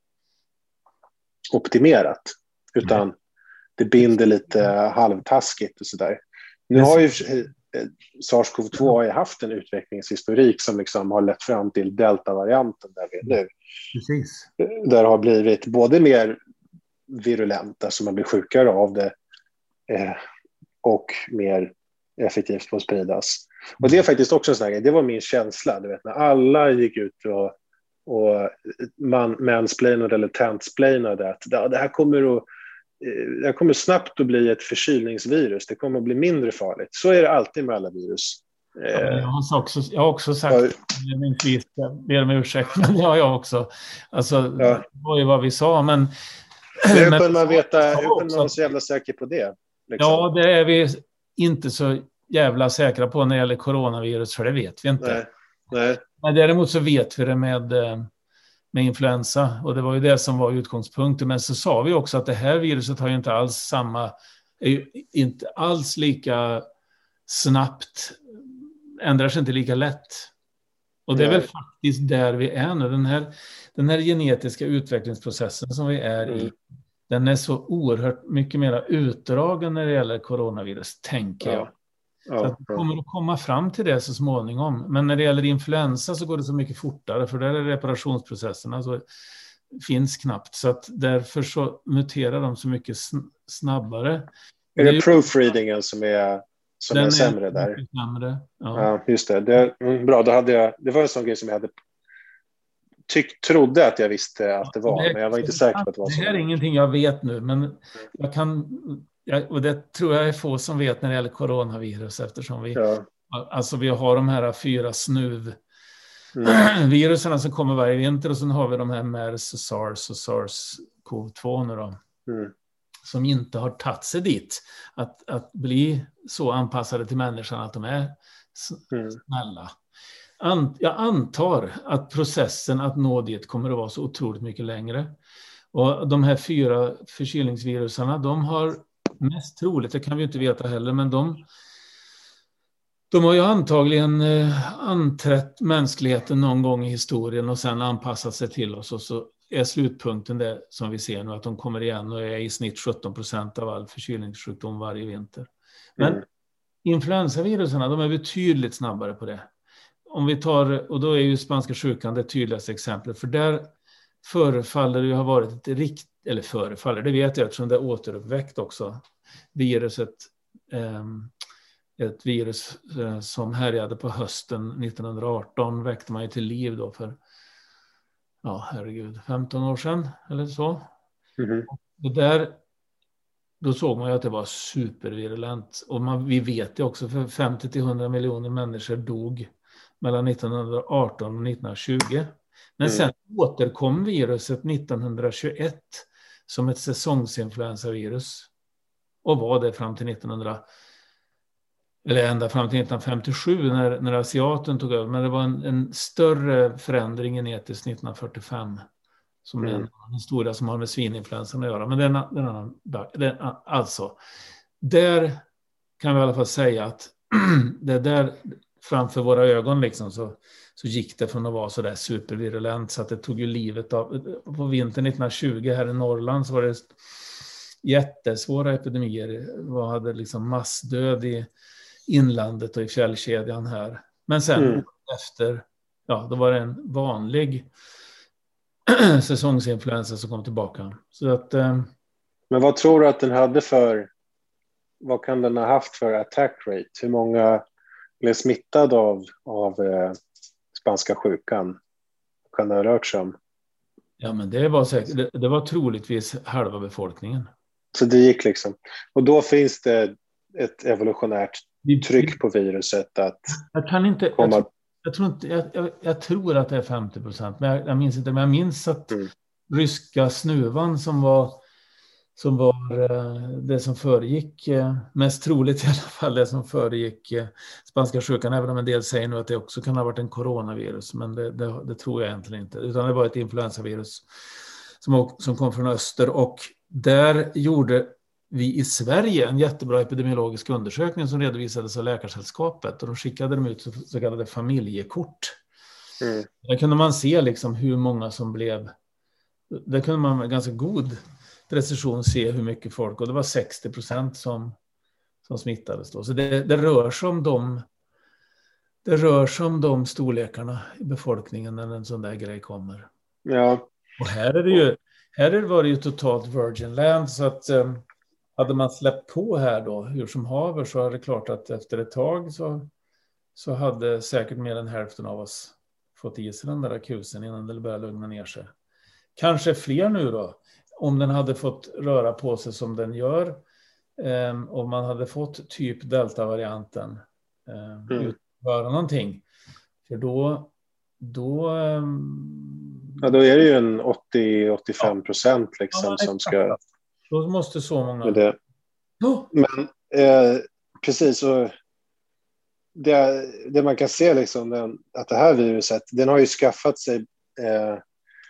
optimerat, utan mm. det binder lite halvtaskigt och sådär. Nu har ju SARS-CoV två har ju haft en utvecklingshistorik som liksom har lett fram till delta-varianten där vi är nu. Precis. Där har blivit både mer virulenta, som man blir sjukare av det, eh, och mer effektivt på att spridas. Och det är faktiskt också en sån här grej, det var min känsla, du vet, när alla gick ut och, och man mansplainade eller tantsplainade att det, det här kommer att det här kommer snabbt att bli ett förkylningsvirus, det kommer att bli mindre farligt. Så är det alltid med alla virus. Ja, jag, har också, jag har också sagt, ja. Jag ber om ursäkt, men det har jag också. Alltså, ja. Det var ju vad vi sa, men... Hur kunde man veta, hur kunde man vara så jävla säker på det? Liksom? Ja, det är vi inte så jävla säkra på när det gäller coronavirus, för det vet vi inte. Nej. Nej. Men däremot så vet vi det med, med influensa, och det var ju det som var utgångspunkten. Men så sa vi också att det här viruset har ju inte alls samma, är ju inte alls lika snabbt, ändrar sig inte lika lätt. Och det är Nej. väl faktiskt där vi är nu. Den här, den här genetiska utvecklingsprocessen som vi är mm. i, den är så oerhört mycket mer utdragen när det gäller coronavirus, tänker ja. jag. Ja, så att vi kommer att komma fram till det så småningom. Men när det gäller influensa så går det så mycket fortare, för där är reparationsprocesserna så finns knappt. Så att därför så muterar de så mycket snabbare. Är det, det är proofreadingen som är, som är sämre är där? Sämre, ja. Ja, just det. det mm, bra, då hade jag, det var en sån grej som jag hade tyck, trodde att jag visste att det var, ja, det, men jag var inte säker på att det var så. Det här är ingenting jag vet nu, men jag kan... Ja, och det tror jag är få som vet när det gäller coronavirus, eftersom vi, ja. alltså vi har de här fyra snuv-viruserna mm. som kommer varje vinter, och sen har vi de här MERS och SARS och SARS-CoV två nu då, mm. som inte har tagit sig dit att, att bli så anpassade till människan att de är snälla. Mm. An, jag antar att processen att nå dit kommer att vara så otroligt mycket längre. Och de här fyra förkylningsvirusarna, de har mest troligt, det kan vi inte veta heller, men de, de har ju antagligen eh, anträtt mänskligheten någon gång i historien och sen anpassat sig till oss, och så är slutpunkten det som vi ser nu, att de kommer igen och är i snitt sjutton procent av all förkylningssjukdom varje vinter. Men mm. influensaviruserna, de är betydligt snabbare på det. Om vi tar, och då är ju spanska sjukan det tydligaste exemplet, för där förefaller det ju ha varit ett rikt, eller förefaller, det vet jag eftersom det är återuppväckt också, viruset, eh, ett virus eh, som härjade på hösten nittonhundraarton, väckte man ju till liv då för, ja herregud, femton år sedan eller så. Mm-hmm. Det där, då såg man ju att det var supervirulent, och man, vi vet det också, för femtio till hundra miljoner människor dog mellan nittonhundraarton och nittonhundratjugo. Men sen mm. återkom viruset nittonhundratjugoett som ett säsongsinfluensavirus, och var det fram till nittonhundra, eller ända fram till nittonhundrafemtiosju när, när asiaten tog över. Men det var en, en större förändring genetiskt nittonhundrafyrtiofem, som mm. är en historia som har med svininfluensan att göra. Men den, den annan, den, alltså, där kan vi i alla fall säga att det där framför våra ögon liksom, så, så gick det från att vara så där supervirulent så att det tog ju livet av. På vintern nittonhundratjugo här i Norrland så var det jättesvåra epidemier. Vi hade liksom massdöd i inlandet och i fjällkedjan här. Men sen mm. efter, ja, då var det en vanlig säsongsinfluensa som kom tillbaka. Så att, eh, men vad tror du att den hade för, vad kan den ha haft för attack rate? Hur många blev smittad av, av eh, spanska sjukan kan det ha rört sig om. Ja, men det var säkert, det, det var troligtvis halva befolkningen. Så det gick liksom. Och då finns det ett evolutionärt tryck på viruset att jag kan inte komma... jag, jag, tror inte, jag, jag, jag tror att det är femtio procent, men jag, jag minns inte. Men jag minns att mm. ryska snuvan som var som var eh, det som föregick, eh, mest troligt i alla fall det som föregick eh, spanska sjukan, även om en del säger nu att det också kan ha varit en coronavirus, men det, det, det tror jag egentligen inte, utan det var ett influensavirus som, som kom från öster, och där gjorde vi i Sverige en jättebra epidemiologisk undersökning som redovisades av Läkarsällskapet, och de skickade dem ut så, så kallade familjekort. Mm. Där kunde man se liksom hur många som blev, där kunde man med ganska god precision se hur mycket folk, och det var sextio procent som, som smittades då. Så det, det rör sig om de det rör sig om de storlekarna i befolkningen när en sån där grej kommer. Ja. Och här är det ju, här var det ju totalt virgin land, så att um, hade man släppt på här då hur som haver, så är det klart att efter ett tag så, så hade säkert mer än hälften av oss fått i sig den där akusen innan det började lugna ner sig. Kanske fler nu då, om den hade fått röra på sig som den gör, eh, och man hade fått typ delta-varianten eh, mm. utföra någonting. För då då, eh, ja, då är det ju en åttio till åttiofem procent ja. liksom ja, som ska... Då måste så många... Det. Oh. Men eh, precis, så det, det man kan se liksom, den, att det här viruset, den har ju skaffat sig eh,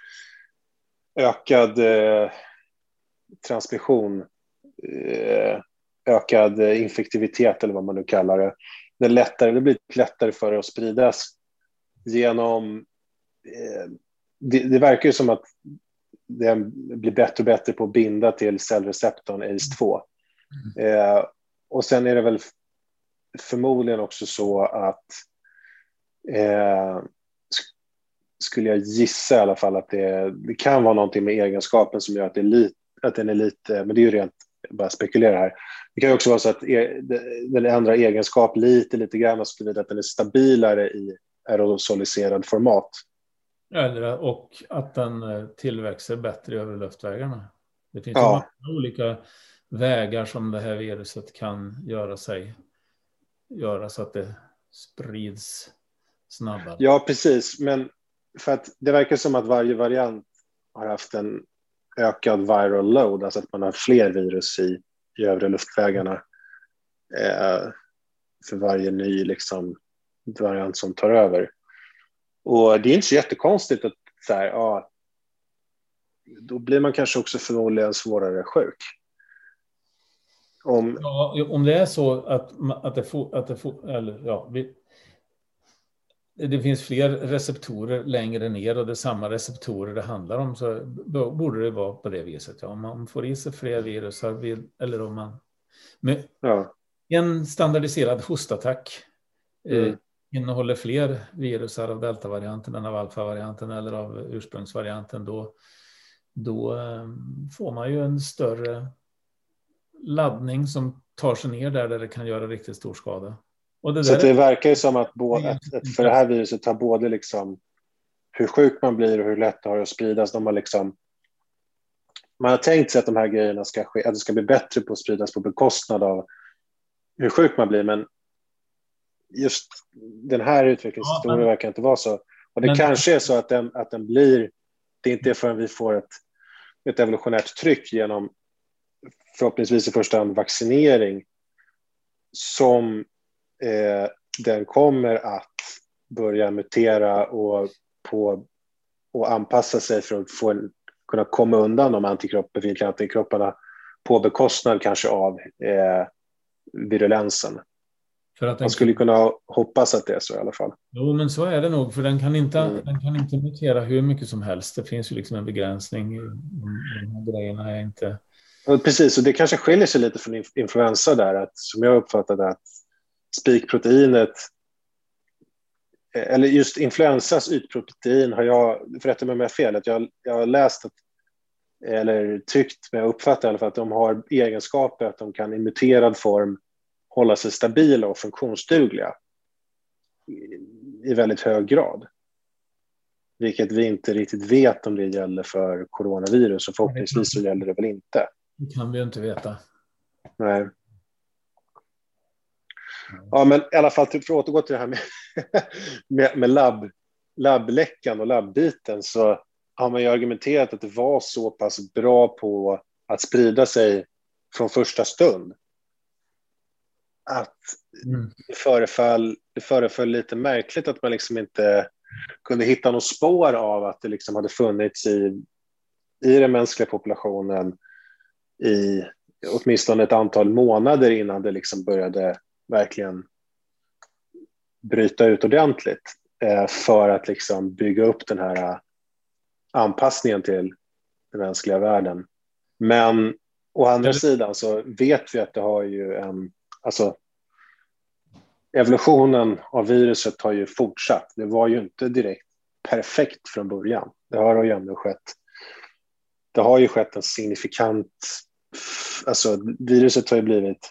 ökad eh, transmission, eh, ökad infektivitet eller vad man nu kallar det. Det, är lättare, det blir lättare för det att spridas genom... Eh, det, det verkar ju som att den blir bättre och bättre på att binda till cellreceptorn A C E två. Mm. Eh, och sen är det väl förmodligen också så att eh, skulle jag gissa i alla fall att det, det kan vara någonting med egenskapen som gör att, det är lite, att den är lite, men det är ju rent bara spekulera här. Det kan ju också vara så att e, den ändrar egenskap lite, lite grann och så vidare, att den är stabilare i aerosoliserad format. Eller, och att den tillväxer bättre över luftvägarna. Det finns ja. många olika vägar som det här viruset kan göra sig göra så att det sprids snabbare. Ja, precis. Men för att det verkar som att varje variant har haft en ökad viral load, alltså att man har fler virus i, i övre luftvägarna eh, för varje ny liksom, variant som tar över. Och det är inte så jättekonstigt att så här, ja, då blir man kanske också förmodligen svårare sjuk. Om, ja, om det är så att, att det får, att det får, eller ja, vi, det finns fler receptorer längre ner och det är samma receptorer det handlar om, så borde det vara på det viset. Ja, om man får i sig fler virus, eller om man... Med ja. En standardiserad hostattack mm. eh, innehåller fler virusar av deltavarianten än av alfavarianten eller av ursprungsvarianten, då, då eh, får man ju en större laddning som tar sig ner där, där det kan göra riktigt stor skada. Och det så där det är... verkar ju som att, både, att, att för det här viruset har både liksom hur sjuk man blir och hur lätt det har att spridas. De har liksom, man har tänkt sig att de här grejerna ska ske, att det ska bli bättre på att spridas på bekostnad av hur sjuk man blir, men just den här utvecklingshistorien ja, men... verkar inte vara så. Och det men... kanske är så att den, att den blir, det inte är förrän vi får ett, ett evolutionärt tryck genom förhoppningsvis i första hand vaccinering som eh, den kommer att börja mutera och, på, och anpassa sig för att få en, kunna komma undan de antikropp, befintliga antikropparna på bekostnad kanske av eh, virulensen. För att man skulle kan... kunna hoppas att det är så i alla fall. Jo, men så är det nog, för den kan inte, mm. den kan inte mutera hur mycket som helst. Det finns ju liksom en begränsning. De här grejerna är inte... Ja, precis, och det kanske skiljer sig lite från influensa där, att som jag uppfattade att spikproteinet, eller just influensas ytprotein har jag, förrätta mig om jag har fel, att jag, jag har läst att, eller tyckt, men jag uppfattar i alla fall att de har egenskaper att de kan i muterad form hålla sig stabila och funktionsdugliga i, i väldigt hög grad. Vilket vi inte riktigt vet om det gäller för coronavirus, och förhoppningsvis så gäller det väl inte. Det kan vi ju inte veta. Nej. Ja, men i alla fall för att återgå till det här med, med, med labb, labbläckan och labbiten, så har man ju argumenterat att det var så pass bra på att sprida sig från första stund att Mm. det föreföll, det föreföll lite märkligt att man liksom inte kunde hitta något spår av att det liksom hade funnits i, i den mänskliga populationen i åtminstone ett antal månader innan det liksom började verkligen bryta ut ordentligt, eh, för att liksom bygga upp den här anpassningen till den mänskliga världen. Men å andra sidan så vet vi att det har ju en, alltså evolutionen av viruset har ju fortsatt. Det var ju inte direkt perfekt från början. Det har ju ändå skett. Det har ju skett en signifikant, alltså viruset har ju blivit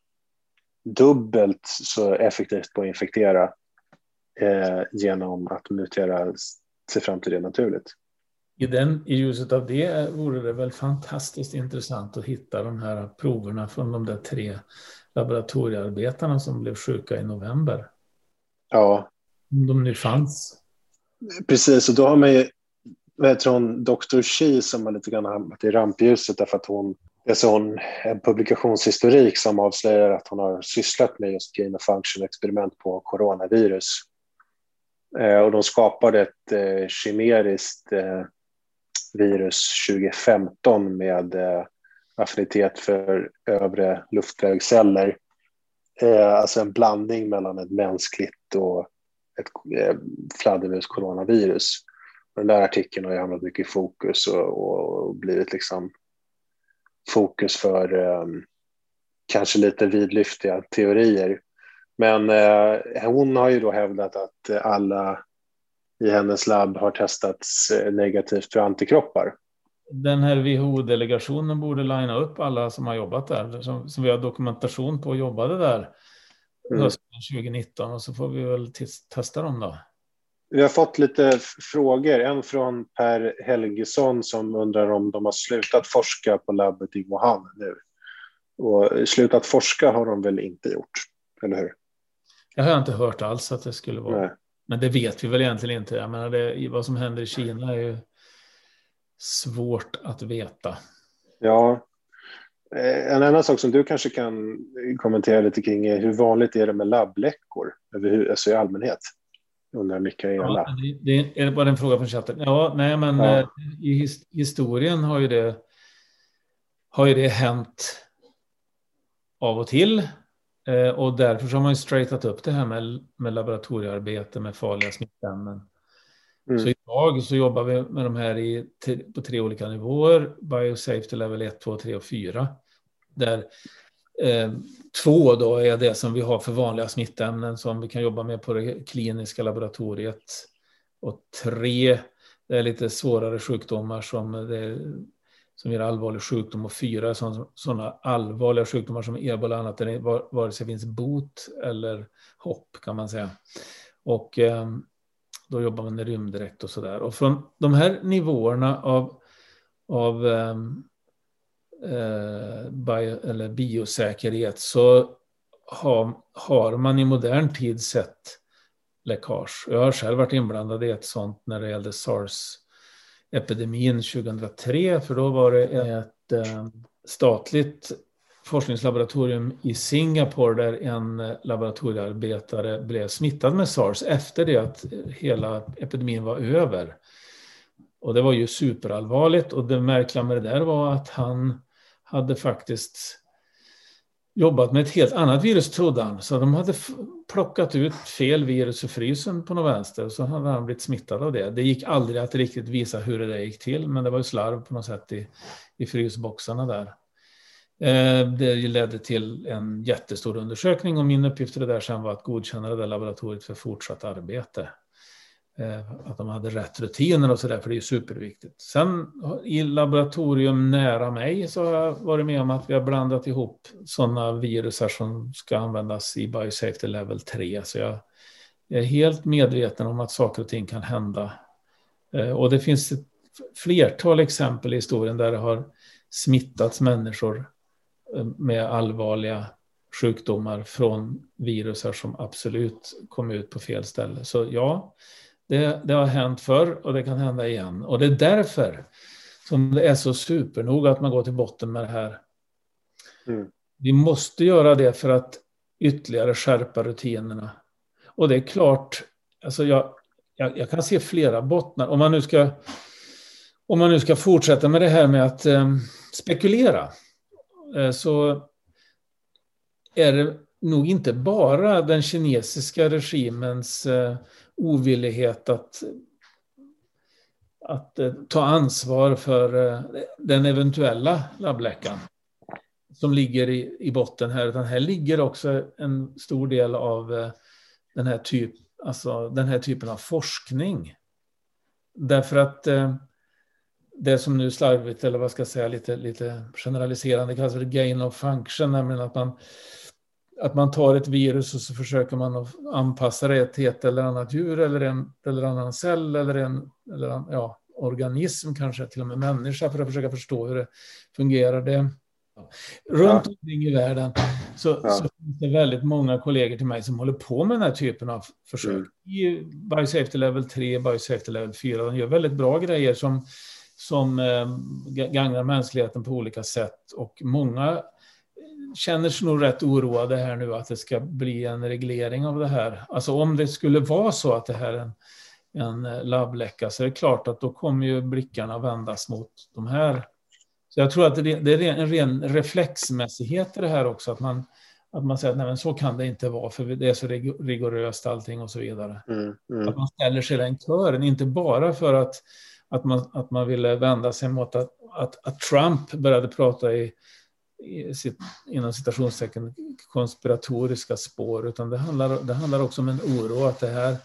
dubbelt så effektivt på att infektera eh, genom att mutera sig fram till det naturligt. I, den, I ljuset av det vore det väl fantastiskt intressant att hitta de här proverna från de där tre laboratoriearbetarna som blev sjuka i november. Ja. Om de nu fanns. Precis, och då har man ju, vet hon, doktor Shi som har lite grann hamnat i rampljuset därför att hon, det är så hon, en publikationshistorik som avslöjar att hon har sysslat med just gain of function-experiment på coronavirus. Eh, och de skapade ett eh, chimeriskt eh, virus tjugo femton med eh, affinitet för övre luftvägsceller. Eh, alltså en blandning mellan ett mänskligt och ett eh, fladdermus coronavirus. Den där artikeln har ju hamnat mycket i fokus och, och blivit liksom fokus för eh, kanske lite vidlyftiga teorier. Men eh, hon har ju då hävdat att alla i hennes labb har testats negativt för antikroppar. Den här W H O-delegationen borde linea upp alla som har jobbat där, som, som vi har dokumentation på och jobbade där mm. hösten tjugo nitton, och så får vi väl t- testa dem då. Vi har fått lite f- frågor. En från Per Helgesson som undrar om de har slutat forska på labbet i Wuhan nu. Och slutat forska har de väl inte gjort, eller hur? Jag har inte hört alls att det skulle vara. Nej. Men det vet vi väl egentligen inte. Jag menar, det, vad som händer i Kina är ju svårt att veta. Ja. En annan sak som du kanske kan kommentera lite kring är hur vanligt är det med labbläckor alltså i allmänhet? Undrar Mikaela. Ja, det, det är bara en fråga från chatten. Ja, nej, men ja. I his, historien har ju det har ju det hänt av och till. Och därför har man ju straightat upp det här med, med laboratoriearbete med farliga smittämnen. Mm. Så idag så jobbar vi med de här i, på tre olika nivåer. Biosafety level ett, två, tre och fyra. Där eh, två då är det som vi har för vanliga smittämnen som vi kan jobba med på det kliniska laboratoriet. Och tre, det är lite svårare sjukdomar som det som ger allvarlig sjukdom, och fyra sådana allvarliga sjukdomar som ebola, annat än vare sig finns bot eller hopp kan man säga. Och eh, då jobbar man med rymddirekt och sådär. Och från de här nivåerna av, av eh, bio, eller biosäkerhet så har, har man i modern tid sett läckage. Jag har själv varit inblandad i ett sånt när det gällde SARS epidemin tjugohundratre, för då var det ett eh, statligt forskningslaboratorium i Singapore där en laboratoriearbetare blev smittad med SARS efter det att hela epidemin var över. Och det var ju superallvarligt, och det märkliga med det där var att han hade faktiskt jobbat med ett helt annat virus, trodde han. Så de hade f- plockat ut fel virus ur frysen på något vänster, så hade han blivit smittad av det. Det gick aldrig att riktigt visa hur det där gick till, men det var ju slarv på något sätt i, i frysboxarna där. Eh, det ledde till en jättestor undersökning, och min uppgift i det där sen var att godkänna det där laboratoriet för fortsatt arbete. Eh, att de hade rätt rutiner och sådär, för det är ju superviktigt. Sen i laboratorium nära mig så har jag varit med om att vi har blandat ihop sådana virusar som ska användas i Biosafety level tre. Så jag är helt medveten om att saker och ting kan hända Och det finns ett flertal exempel i historien där det har smittats människor med allvarliga sjukdomar från virusar som absolut kom ut på fel ställe. Så ja, det, det har hänt förr och det kan hända igen. Och det är därför som det är så supernoga att man går till botten med det här. Mm. Vi måste göra det för att ytterligare skärpa rutinerna. Och det är klart, alltså jag, jag, jag kan se flera bottnar. Om man nu ska, om man nu ska fortsätta med det här med att eh, spekulera, eh, så är det nog inte bara den kinesiska regimens eh, ovillighet att, att eh, ta ansvar för eh, den eventuella labbläckan som ligger i, i botten här, utan här ligger också en stor del av eh, den här typ, alltså den här typen av forskning. Därför att eh, det som nu slarvigt, eller vad ska jag säga, lite, lite generaliserande kallas för gain of function, nämligen att man, att man tar ett virus och så försöker man att anpassa det till ett eller annat djur eller en eller annan cell eller en eller en, ja, organism, kanske till och med människa, för att försöka förstå hur det fungerar. Det, runt omkring i världen så, ja. så finns det väldigt många kollegor till mig som håller på med den här typen av försök. Mm. I Biosafety Level tre, Biosafety Level fyra, de gör väldigt bra grejer som, som eh, gagnar mänskligheten på olika sätt, och många känner sig nog rätt oroade här nu att det ska bli en reglering av det här. Alltså om det skulle vara så att det här är en, en labbläcka, så är det klart att då kommer ju blickarna vändas mot de här. Så jag tror att det är en ren reflexmässighet i det här också, att man, att man säger att nej, men så kan det inte vara, för det är så rigoröst allting och så vidare. Mm, mm. Att man ställer sig den kören, inte bara för att, att, man, att man ville vända sig mot att, att, att Trump började prata i, i sitt, inom citationstecken, konspiratoriska spår, utan det handlar, det handlar också om en oro att det här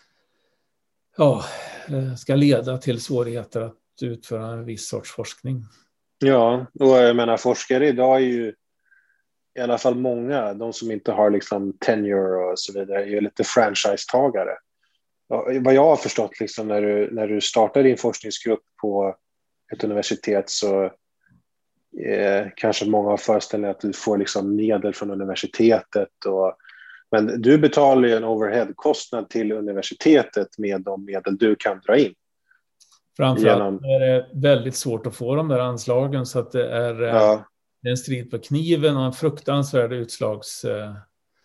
ja, ska leda till svårigheter att utföra en viss sorts forskning. Ja, och jag menar forskare idag är ju i alla fall många, de som inte har liksom tenure och så vidare, är ju lite franchise-tagare. Vad jag har förstått liksom, när du, när du startar din forskningsgrupp på ett universitet, så eh, kanske många har föreställt att du får liksom medel från universitetet. Och, men du betalar ju en overhead-kostnad till universitetet med de medel du kan dra in. Framförallt genom... är det väldigt svårt att få de där anslagen, så att det är, ja. det är en strid på kniven och en fruktansvärd utslags, uh,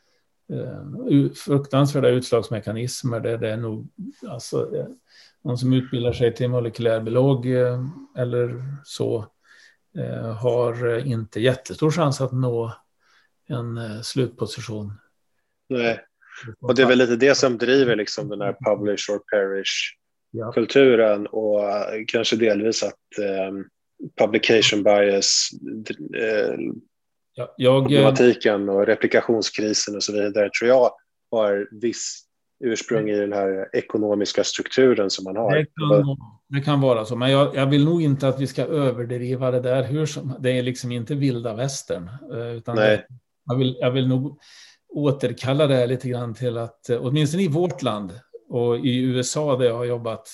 fruktansvärda utslagsmekanismer. Det, det är nog alltså, någon som utbildar sig till molekylärbiolog uh, eller så uh, har inte jättestor chans att nå en uh, slutposition. Nej, och det är väl lite det som driver liksom den här publish or perish kulturen, och kanske delvis att um, publication bias, uh, ja, jag, problematiken och replikationskrisen och så vidare, tror jag har viss ursprung i den här ekonomiska strukturen som man har. Det kan, det kan vara så, men jag, jag vill nog inte att vi ska överdriva det där. Hur som, det är liksom inte vilda västern, utan det, jag, vill, jag vill nog återkalla det här lite grann till att, åtminstone i vårt land och i U S A där jag har jobbat,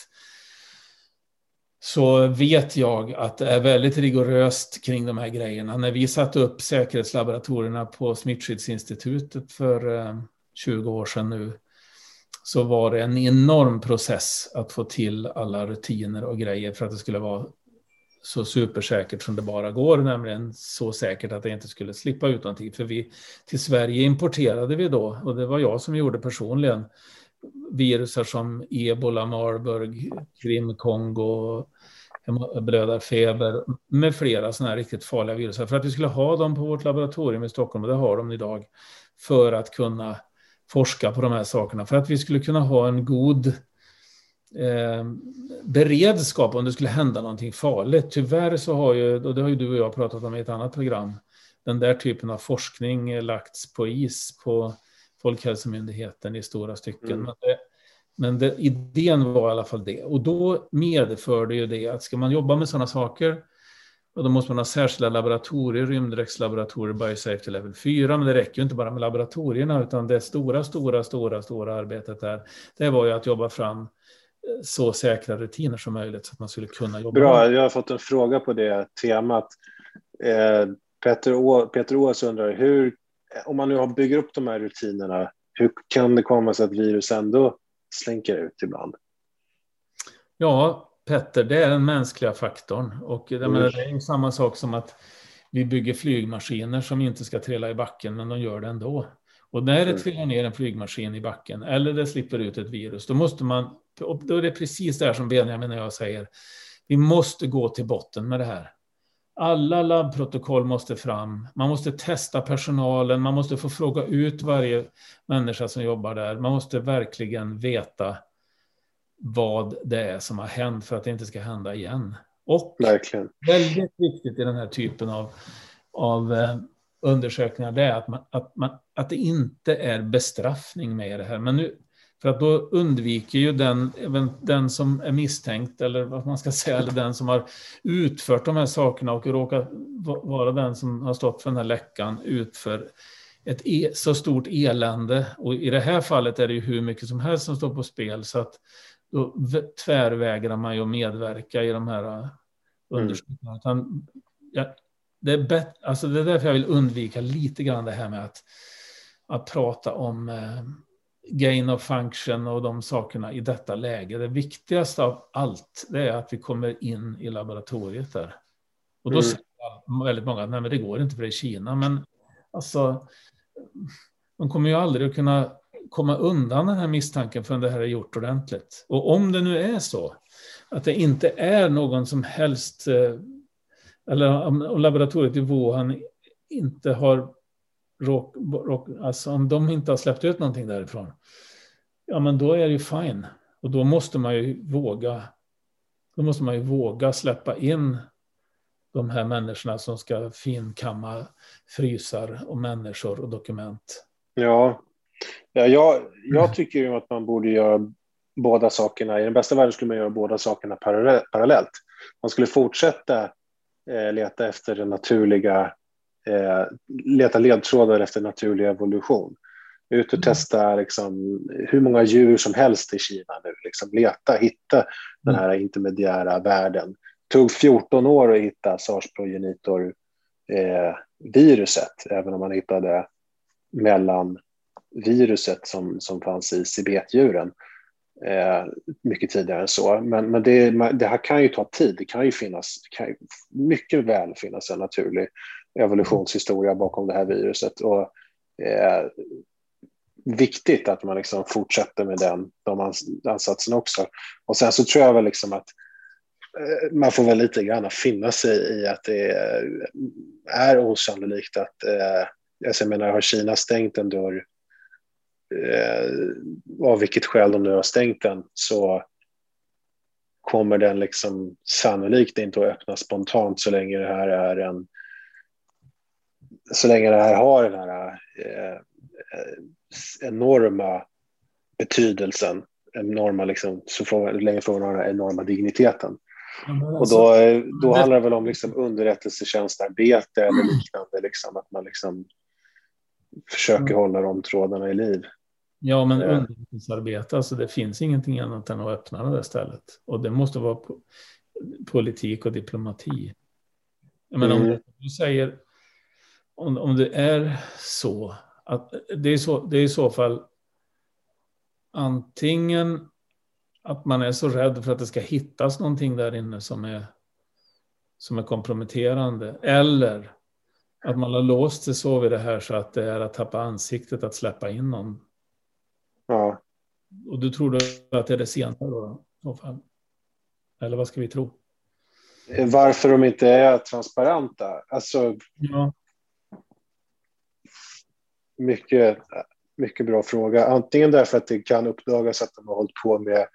så vet jag att det är väldigt rigoröst kring de här grejerna. När vi satte upp säkerhetslaboratorierna på Smittskyddsinstitutet för tjugo år sedan nu, så var det en enorm process att få till alla rutiner och grejer för att det skulle vara så supersäkert som det bara går, nämligen så säkert att det inte skulle slippa ut någonting. För vi, till Sverige importerade vi då, och det var jag som gjorde personligen, virusar som Ebola, Marburg, Krim, Kongo, blödarfeber med flera sådana här riktigt farliga virusar, för att vi skulle ha dem på vårt laboratorium i Stockholm, och det har de idag, för att kunna forska på de här sakerna, för att vi skulle kunna ha en god eh, beredskap om det skulle hända någonting farligt. Tyvärr så har ju, och det har ju du och jag pratat om i ett annat program, den där typen av forskning lagts på is på Folkhälsomyndigheten i stora stycken. Mm. Men, det, men det, idén var i alla fall det. Och då medförde ju det att ska man jobba med sådana saker, och då måste man ha särskilda laboratorier, rymddräktslaboratorier, Biosafety Level fyra, men det räcker ju inte bara med laboratorierna, utan det stora, stora, stora, stora arbetet där, det var ju att jobba fram så säkra rutiner som möjligt så att man skulle kunna jobba. Bra, jag har fått en fråga på det temat. Eh, Peter, Å, Peter Ås undrar, hur, om man nu har bygger upp de här rutinerna, hur kan det komma sig att virus ändå slänker ut ibland? Ja, Petter, det är den mänskliga faktorn. Och det, Mm. menar, det är ju samma sak som att vi bygger flygmaskiner som inte ska trilla i backen, men de gör det ändå. Och när det Mm. trillar ner en flygmaskin i backen eller det slipper ut ett virus, då måste man, och då är det precis det här som Benjamin och jag säger, vi måste gå till botten med det här. Alla labbprotokoll måste fram, man måste testa personalen, man måste få fråga ut varje människa som jobbar där, man måste verkligen veta vad det är som har hänt för att det inte ska hända igen. Och Verkligen. väldigt viktigt i den här typen av, av eh, undersökningar, det är att, man, att, man, att det inte är bestraffning med det här. Men nu, för att då undviker ju den, även den som är misstänkt, eller vad man ska säga, eller den som har utfört de här sakerna och råkar vara den som har stått för den här läckan, utför ett e, så stort elände. Och i det här fallet är det ju hur mycket som helst som står på spel, så att då tvärvägrar man ju att medverka i de här undersökningarna. Mm. Ja, det, är bet- alltså det är därför jag vill undvika lite grann det här med att, att prata om eh, gain of function och de sakerna i detta läge. Det viktigaste av allt, det är att vi kommer in i laboratoriet där. Och då mm. säger väldigt många att nej, men det går inte för det är Kina. Men alltså, de kommer ju aldrig att kunna komma undan den här misstanken förrän det här är gjort ordentligt. Och om det nu är så att det inte är någon som helst, eller om laboratoriet i Wuhan inte har råk, råk, alltså om de inte har släppt ut någonting därifrån, ja men då är det ju fine. Och då måste man ju våga, då måste man ju våga släppa in de här människorna som ska finkamma frysar och människor och dokument. Ja, ja jag, jag tycker ju att man borde göra båda sakerna. I den bästa världen skulle man göra båda sakerna parallellt. Man skulle fortsätta eh, leta efter den naturliga, eh, leta ledtrådar efter naturlig evolution. Ut och mm. testa liksom, hur många djur som helst i Kina nu. Liksom, leta, hitta mm. den här intermediära världen. Det tog fjorton år att hitta SARS-progenitor eh, viruset, även om man hittade mellan viruset som, som fanns i cibetdjuren eh, mycket tidigare än så. Men, men det, det här kan ju ta tid. Det kan ju finnas, det kan ju mycket väl finnas en naturlig evolutionshistoria bakom det här viruset. Och eh, viktigt att man liksom fortsätter med den, de ans- ansatserna också. Och sen så tror jag väl liksom att eh, man får väl lite grann finna sig i att det är, är osannolikt att eh, jag menar, har Kina stängt en dörr eh, av vilket skäl de nu har stängt den, så kommer den liksom sannolikt inte att öppna spontant så länge det här är en så länge det här har den här eh, enorma betydelsen, enorma liksom, så fråga, länge frågan har den enorma digniteten. Mm, och då, då handlar det väl om liksom underrättelsetjänstarbete eller liknande, liksom, att man liksom försöker mm. hålla de trådarna i liv. Ja, men underrättelsearbete, alltså det finns ingenting annat än att öppna det där stället. Och det måste vara po- politik och diplomati. Jag menar, mm. om du säger, om, om det är så att det är, så, det är i så fall antingen att man är så rädd för att det ska hittas någonting där inne som är, som är komprometterande, eller att man har låst sig så vid det här så att det är att tappa ansiktet att släppa in någon. Ja. Och du tror då att det är det senare då? I så fall? Eller vad ska vi tro? Varför de inte är transparenta? Alltså, ja. mycket, mycket bra fråga. Antingen därför att det kan uppdagas att de har hållit på med,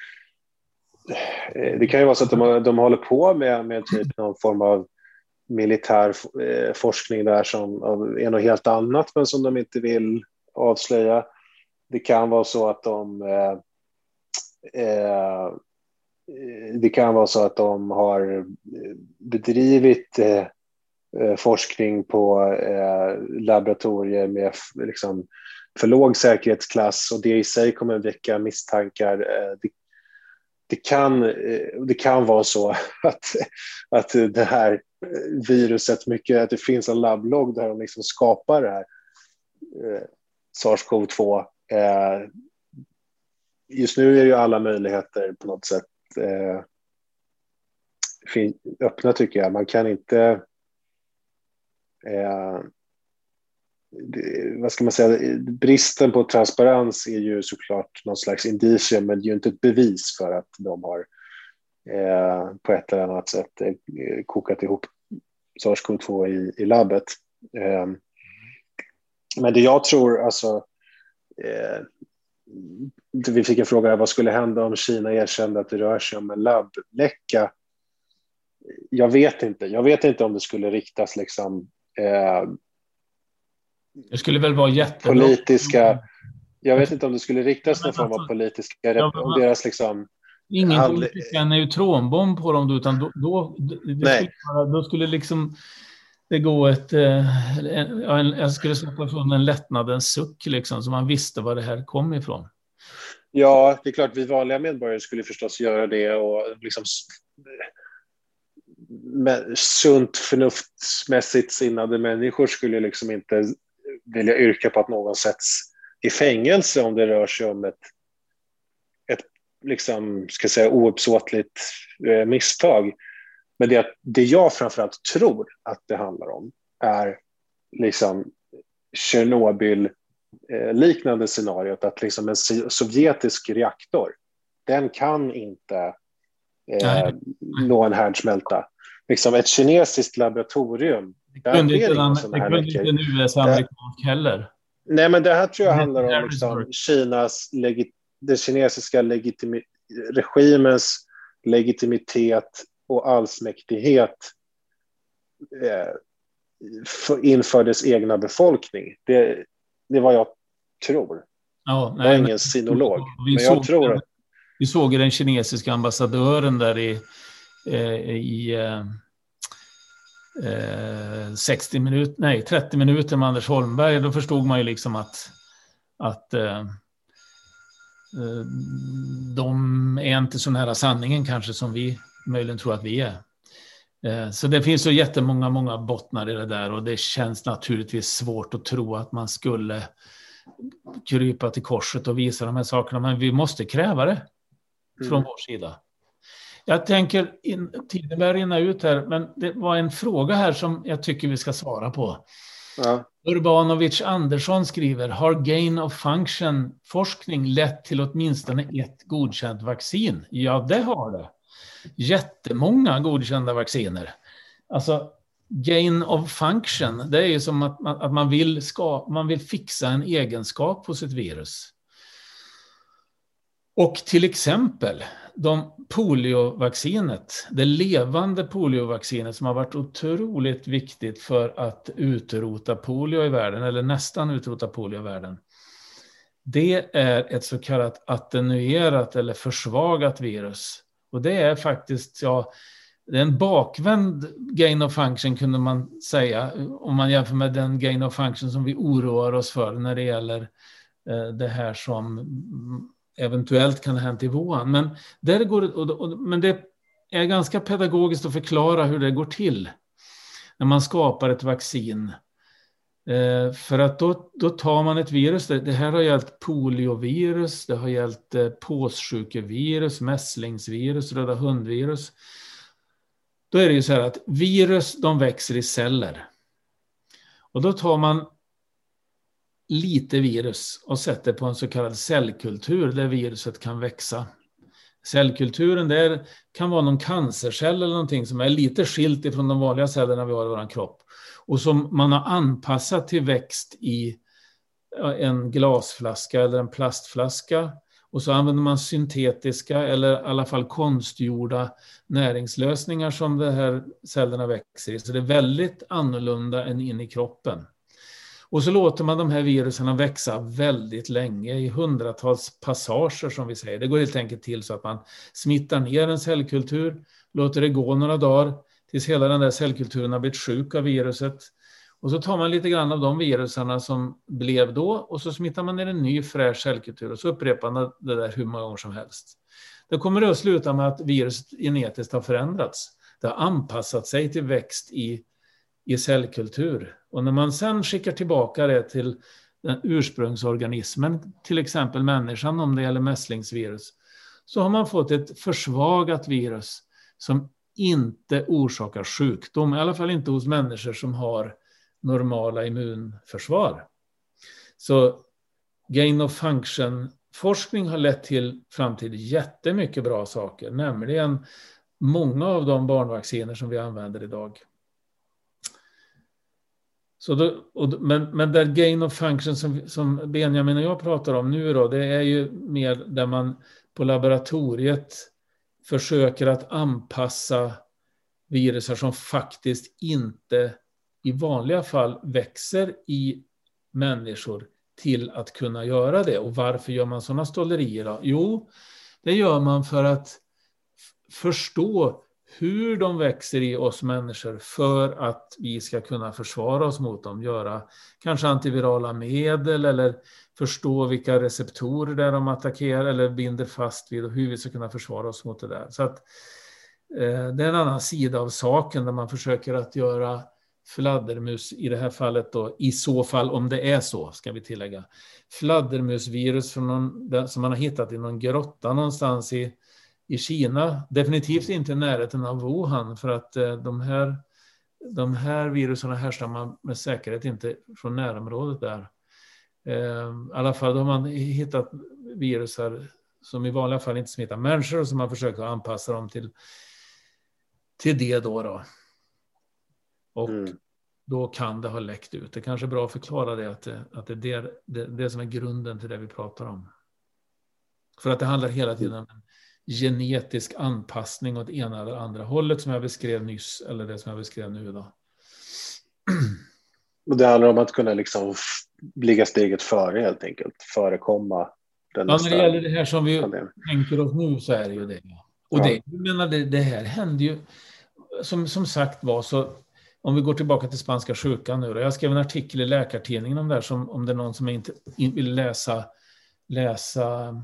det kan ju vara så att de, de håller på med, med typ någon form av militär eh, forskning där som är något helt annat men som de inte vill avslöja. Det kan vara så att de eh, eh, det kan vara så att de har bedrivit eh, forskning på eh, laboratorier med liksom för låg säkerhetsklass, och det i sig kommer att väcka misstankar. Eh, det, det kan, det kan vara så att, att det här viruset, mycket, att det finns en labblogg där de liksom skapar det här eh, SARS-CoV två. Eh, just nu är ju alla möjligheter på något sätt eh, fin- öppna, tycker jag. Man kan inte eh, det, vad ska man säga, bristen på transparens är ju såklart någon slags indicium, men det är ju inte ett bevis för att de har eh, på ett eller annat sätt eh, kokat ihop SARS-CoV två i, i labbet. Eh, men det jag tror, alltså eh, vi fick en fråga här, vad skulle hända om Kina erkände att det rör sig om en labbläcka? Jag vet inte. Jag vet inte om det skulle riktas liksom eh, det skulle väl vara jättebra. Politiska, jag vet inte om det skulle riktas någon form av politiska, ja, om deras liksom... Ingen handl- skulle skicka en neutronbomb på dem, utan då, då, det skulle, vara, då skulle liksom det gå ett... Eh, en, jag skulle släppa från en lättnadens suck, liksom, så man visste var det här kom ifrån. Ja, det är klart, vi vanliga medborgare skulle förstås göra det, och liksom med sunt förnuftsmässigt sinnade människor skulle liksom inte vilja yrka på att någon sätts i fängelse om det rör sig om ett, ett liksom, ska säga, ouppsåtligt eh, misstag. Men det, det jag framförallt tror att det handlar om är liksom Tjernobyl eh, liknande scenariot, att liksom en sovjetisk reaktor, den kan inte eh, nå en härdsmälta. Liksom ett kinesiskt laboratorium, där kunde sker inte, sådana här det kunde inte en U S-amerikansk heller. Nej, men det här tror jag handlar om liksom Kinas legi- den kinesiska legitimi- regimens legitimitet och allsmäktighet eh, för, inför dess egna befolkning. Det, det är vad jag tror. Ja, nej, jag är ingen sinolog, vi men jag såg, tror att... Vi såg den kinesiska ambassadören där i, eh, i eh, sextio minuter, nej trettio minuter med Anders Holmberg. Då förstod man ju liksom att, att eh, de är inte så nära sanningen kanske som vi möjligen tror att vi är. Eh, så det finns så jättemånga många bottnar i det där, och det känns naturligtvis svårt att tro att man skulle krypa till korset och visa de här sakerna, men vi måste kräva det från mm. vår sida. Jag tänker, in, tiden börjar rinna ut här, men det var en fråga här som jag tycker vi ska svara på. Ja. Urbanovic Andersson skriver, har gain of function forskning lett till åtminstone ett godkänt vaccin? Ja, det har det. Jättemånga godkända vacciner. Alltså, gain of function, det är ju som att man, att man, vill, ska, man vill fixa en egenskap hos ett virus. Och till exempel de poliovaccinet, det levande poliovaccinet som har varit otroligt viktigt för att utrota polio i världen, eller nästan utrota polio i världen. Det är ett så kallat attenuerat eller försvagat virus. Och det är faktiskt, ja, det är en bakvänd gain of function kunde man säga, om man jämför med den gain of function som vi oroar oss för när det gäller eh, det här som eventuellt kan ha hänt i Wuhan. Men, där går, och, och, men det är ganska pedagogiskt att förklara hur det går till när man skapar ett vaccin. Eh, för att då, då tar man ett virus, det, det här har gällt poliovirus, det har gällt eh, påssjukevirus, mässlingsvirus, röda hundvirus. Då är det ju så här att virus, de växer i celler. Och då tar man lite virus och sätter på en så kallad cellkultur där viruset kan växa. Cellkulturen där kan vara någon cancercell eller någonting som är lite skilt ifrån de vanliga cellerna vi har i vår kropp. Och som man har anpassat till växt i en glasflaska eller en plastflaska. Och så använder man syntetiska eller i alla fall konstgjorda näringslösningar som de här cellerna växer i. Så det är väldigt annorlunda än in i kroppen. Och så låter man de här virusen växa väldigt länge i hundratals passager som vi säger. Det går helt enkelt till så att man smittar ner en cellkultur, låter det gå några dagar tills hela den där cellkulturen har blivit sjuk av viruset. Och så tar man lite grann av de virusarna som blev då och så smittar man ner en ny fräsch cellkultur och så upprepar man det där hur många gånger som helst. Då kommer det att sluta med att viruset genetiskt har förändrats. Det har anpassat sig till växt i, i cellkultur. Och när man sen skickar tillbaka det till den ursprungsorganismen, till exempel människan om det gäller mässlingsvirus, så har man fått ett försvagat virus som inte orsakar sjukdom, i alla fall inte hos människor som har normala immunförsvar. Så gain of function forskning har lett till fram till jättemycket bra saker, nämligen många av de barnvacciner som vi använder idag. Så då, och, men, men där gain of function som, som Benjamin och jag pratar om nu då, det är ju mer där man på laboratoriet försöker att anpassa virusar som faktiskt inte i vanliga fall växer i människor till att kunna göra det. Och varför gör man sådana stollerier då? Jo, det gör man för att förstå hur de växer i oss människor för att vi ska kunna försvara oss mot dem. Göra kanske antivirala medel eller förstå vilka receptorer där de attackerar eller binder fast vid och hur vi ska kunna försvara oss mot det där. Så att eh, det är en annan sida av saken där man försöker att göra fladdermus i det här fallet då, i så fall om det är så ska vi tillägga, fladdermusvirus från någon, som man har hittat i någon grotta någonstans i, i Kina, definitivt inte i närheten av Wuhan för att eh, de här de här viruserna härstammar med säkerhet inte från närområdet där. Eh, I alla fall har man hittat virusar som i vanliga fall inte smittar människor och som man försöker anpassa dem till till det då då. Och mm. då kan det ha läckt ut. Det är kanske är bra att förklara det, att det, att det är det, det, det som är grunden till det vi pratar om. För att det handlar hela tiden om en genetisk anpassning åt ena eller andra hållet som jag beskrev nyss, eller det som jag beskrev nu idag. Och det handlar om att kunna liksom ligga steget före helt enkelt, förekomma den ja, när det gäller det här som vi pandemi. tänker oss nu så är det ju det. Och ja. det, jag menar, det, det här händer ju, som, som sagt var så. Om vi går tillbaka till spanska sjukan nu då. Jag skrev en artikel i Läkartidningen om det här, som, om det är någon som inte vill läsa, läsa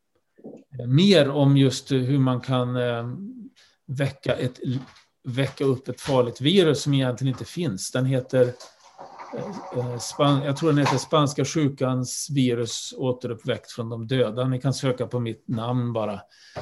mer om just hur man kan eh, väcka, ett, väcka upp ett farligt virus som egentligen inte finns. Den heter, eh, span, jag tror den heter spanska sjukans virus återuppväckt från de döda. Ni kan söka på mitt namn bara.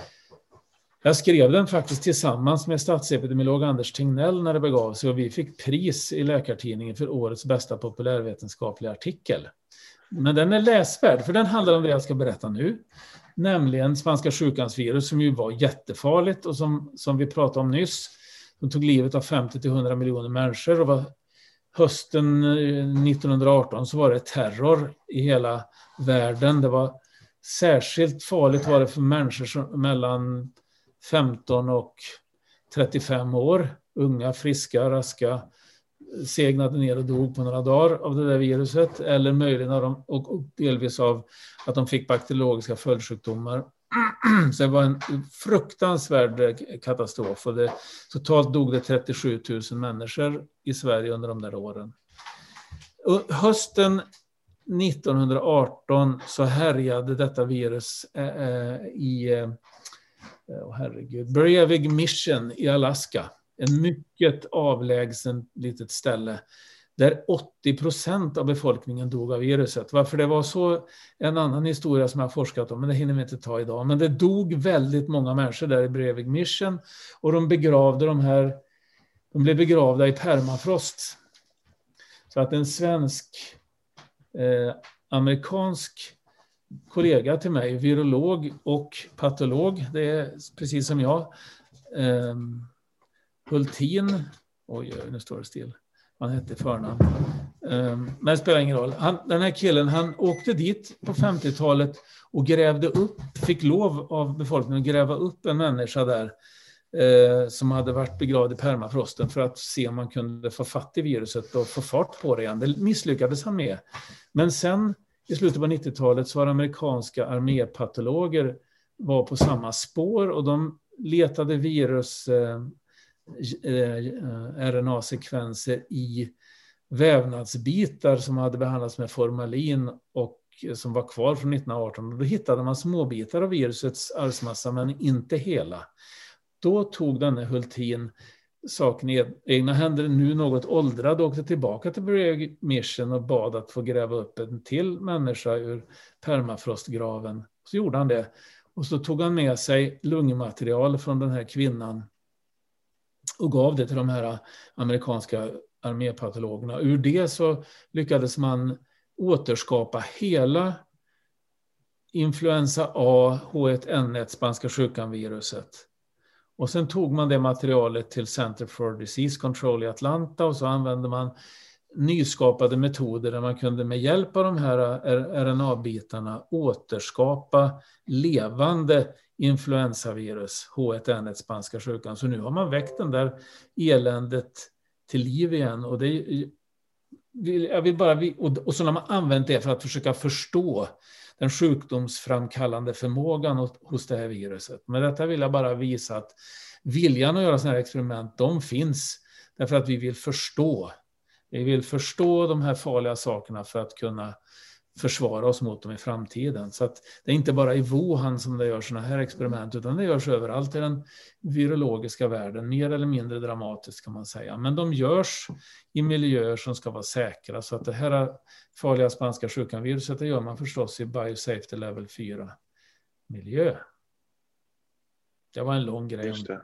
Jag skrev den faktiskt tillsammans med statsepidemiolog Anders Tegnell när det begav sig och vi fick pris i Läkartidningen för årets bästa populärvetenskapliga artikel. Men den är läsvärd för den handlar om det jag ska berätta nu. Nämligen spanska sjukans virus som ju var jättefarligt och som, som vi pratade om nyss. De tog livet av femtio till hundra miljoner människor och var hösten nittonhundraarton så var det terror i hela världen. Det var särskilt farligt var det för människor som, mellan femton och trettiofem år, unga, friska, raska, segnade ner och dog på några dagar av det där viruset eller möjligen av dem, och, och delvis av att de fick bakteriologiska följdsjukdomar. Så det var en fruktansvärd katastrof och det, totalt dog det trettiosju tusen människor i Sverige under de där åren. Och hösten nittonhundraarton så härjade detta virus äh, i äh, oh, herregud, Breivik Mission i Alaska. En mycket avlägsen litet ställe där åttio procent av befolkningen dog av viruset. Varför det var så en annan historia som jag har forskat om, men det hinner vi inte ta idag. Men det dog väldigt många människor där i Breivik Mission och de begravde de här, de blev begravda i permafrost. Så att en svensk eh, amerikansk kollega till mig, virolog och patolog, det är precis som jag, eh, Hultin, oj, nu står det still, han hette förnamn, eh, men det spelar ingen roll. Han, den här killen, han åkte dit på femtiotalet och grävde upp, fick lov av befolkningen att gräva upp en människa där eh, som hade varit begravd i permafrosten för att se om man kunde få fatt i viruset och få fart på det igen. Det misslyckades han med. Men sen i slutet på nittiotalet så var amerikanska armépatologer var på samma spår och de letade virus eh, eh, R N A-sekvenser i vävnadsbitar som hade behandlats med formalin och som var kvar från nitton arton. Då hittade man små bitar av virusets arvsmassa, men inte hela. Då tog denne Hultin saken i egna händer, nu något åldrad, och åkte tillbaka till Berea Mission och bad att få gräva upp en till människa ur permafrostgraven. Så gjorde han det. Och så tog han med sig lungmaterial från den här kvinnan och gav det till de här amerikanska armépatologerna. Ur det så lyckades man återskapa hela influensa A, H ett N ett, spanska sjukan-viruset. Och sen tog man det materialet till Center for Disease Control i Atlanta, och så använde man nyskapade metoder där man kunde med hjälp av de här R N A-bitarna återskapa levande influensavirus, H ett N ett, spanska sjukan. Så nu har man väckt den där eländet till liv igen. Och, det, jag vill bara, och så har man använt det för att försöka förstå den sjukdomsframkallande förmågan hos det här viruset. Med detta vill jag bara visa att viljan att göra sådana här experiment, de finns därför att vi vill förstå. Vi vill förstå de här farliga sakerna för att kunna försvara oss mot dem i framtiden. Så att det är inte bara i Wuhan som det görs sådana här experiment, utan det görs överallt i den virologiska världen, mer eller mindre dramatiskt kan man säga. Men de görs i miljöer som ska vara säkra, så att det här farliga spanska sjukan-viruset, det gör man förstås i Biosafety Level fyra miljö. Det var en lång grej. Just det.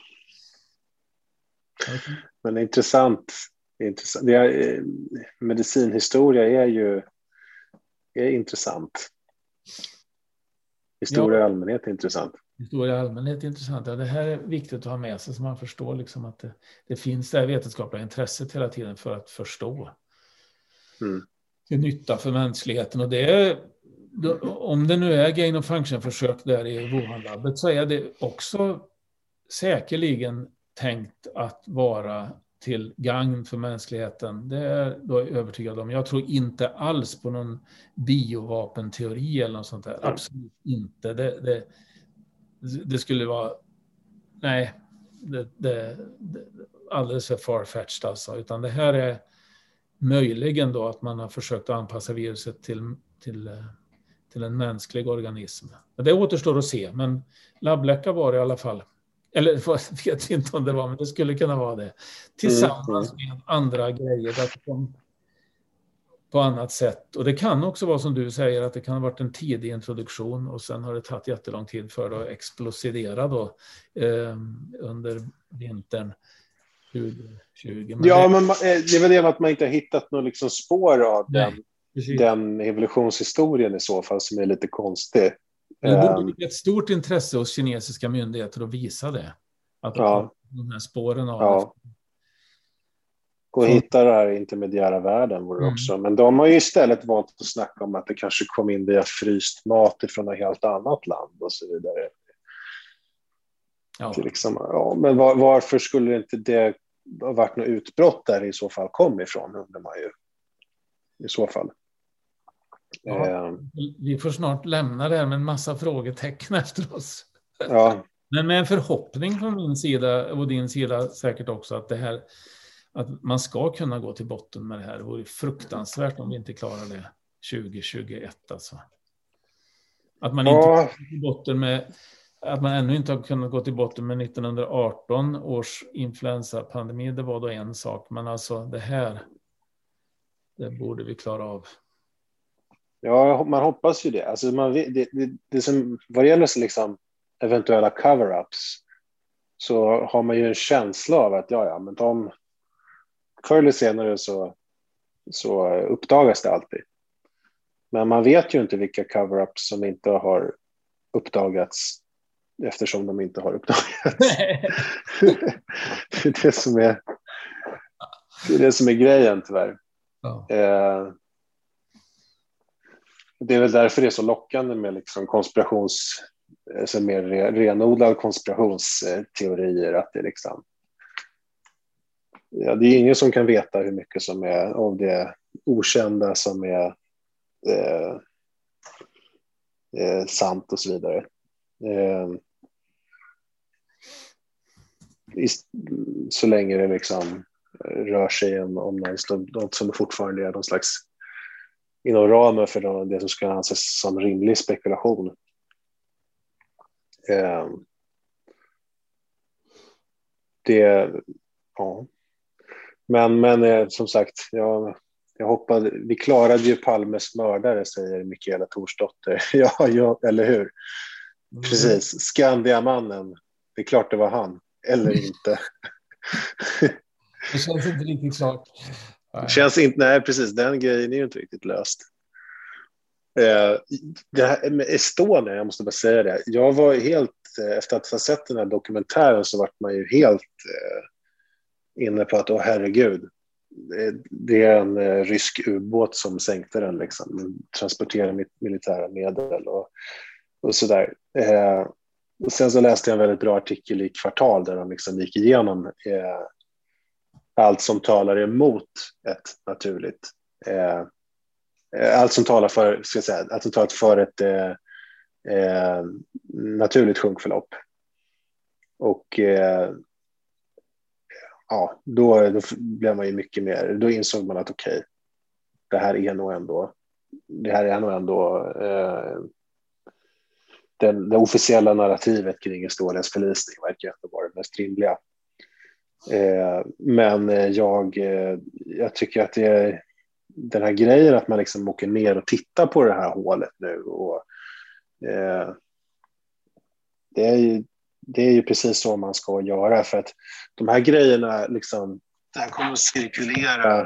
Okay. Men det är intressant. Det är intressant. Det är, medicinhistoria är ju är intressant. Historia i ja, allmänhet är intressant. Historia i allmänhet är intressant. Ja, det här är viktigt att ha med sig så man förstår liksom att det, det finns det här vetenskapliga intresset hela tiden för att förstå. Mm. Till nytta för mänskligheten. Och det är, om det nu är gain of function-försök där i Wuhan-labbet, så är det också säkerligen tänkt att vara till gagn för mänskligheten. Det är då övertygad om. Jag tror inte alls på någon biovapenteori eller något sånt där. Absolut inte. Det, det, det skulle vara... Nej, det, det, det alldeles för farfetched alltså. Utan det här är möjligen då att man har försökt att anpassa viruset till, till, till en mänsklig organism. Det återstår att se, men labbläcka var det i alla fall. Eller jag vet inte om det var, men det skulle kunna vara det. Tillsammans mm. med andra grejer på annat sätt. Och det kan också vara som du säger, att det kan ha varit en tidig introduktion och sen har det tagit jättelång tid för det att explodera då eh, under vintern tjugo tjugo. Men ja, det... men det är väl det att man inte har hittat någon liksom spår av den, den evolutionshistorien i så fall som är lite konstig. Det borde bli ett stort intresse hos kinesiska myndigheter att visa det. Att ja. de här spåren av ja. det. Och så. Hitta det här intermediära världen vore mm. också. Men de har ju istället valt att snacka om att det kanske kom in via fryst mat från ett helt annat land och så vidare. Ja. Liksom, ja, men var, varför skulle inte det ha varit något utbrott där i så fall kom ifrån, undrar man ju. I så fall. Ja, vi får snart lämna det här med en massa frågetecken efter oss. Ja. Men med en förhoppning från min sida och din sida säkert också att det här, att man ska kunna gå till botten med det här. Det vore fruktansvärt om vi inte klarar det tjugo tjugoett alltså. Att man inte ja. går till botten med, att man ännu inte har kunnat gå till botten med nittonhundraarton års influensapandemi, det var då en sak, men alltså det här, det borde vi klara av. Ja, man hoppas ju det. Alltså man, det, det, det som, vad det gäller liksom eventuella cover-ups så har man ju en känsla av att ja, ja, men de förr eller senare så, så uppdagas det alltid. Men man vet ju inte vilka cover-ups som inte har uppdagats eftersom de inte har uppdagats. Det är det som är, det är det som är grejen tyvärr. Ja. Eh, Det är väl därför det är så lockande med liksom konspirations, alltså mer renodlad konspirationsteorier, att det liksom, ja, det är ingen som kan veta hur mycket som är av det okända som är eh, eh, sant och så vidare. Eh, i, så länge det liksom rör sig om, om något som fortfarande är någon slags inom ramen för det som ska anses som rimlig spekulation. Eh, det, ja. Men, men eh, som sagt, jag, jag hoppade, vi klarade ju Palmes mördare, säger Mikaela Torsdotter. ja, ja, eller hur? Mm. Precis, Skandiamannen. Det är klart det var han, eller inte. Det känns inte riktigt klart. Det känns inte, nej precis, den grejen är ju inte riktigt löst. Eh, det här med Estonia, jag måste bara säga det. Jag var helt, efter att ha sett den här dokumentären så var man ju helt eh, inne på att, åh herregud, det, det är en eh, rysk ubåt som sänkte den liksom. Den transporterar militära medel och, och sådär. Eh, och sen så läste jag en väldigt bra artikel i Kvartal där de liksom gick igenom eh, allt som talar emot ett naturligt eh, allt som talar för, ska jag säga, allt som talar för ett eh, eh, naturligt sjunkförlopp. Och eh, ja, då, då blev man ju mycket mer, då insåg man att okej, okay, det här är nog ändå det här är nog ändå eh, den, det officiella narrativet kring Estonias förlisning verkar ändå vara det mest rimliga. Eh, men jag, eh, jag tycker att det är den här grejen att man liksom åker ner och tittar på det här hålet nu och eh, det är ju, det är ju precis så man ska göra, för att de här grejerna liksom, det här kommer att cirkulera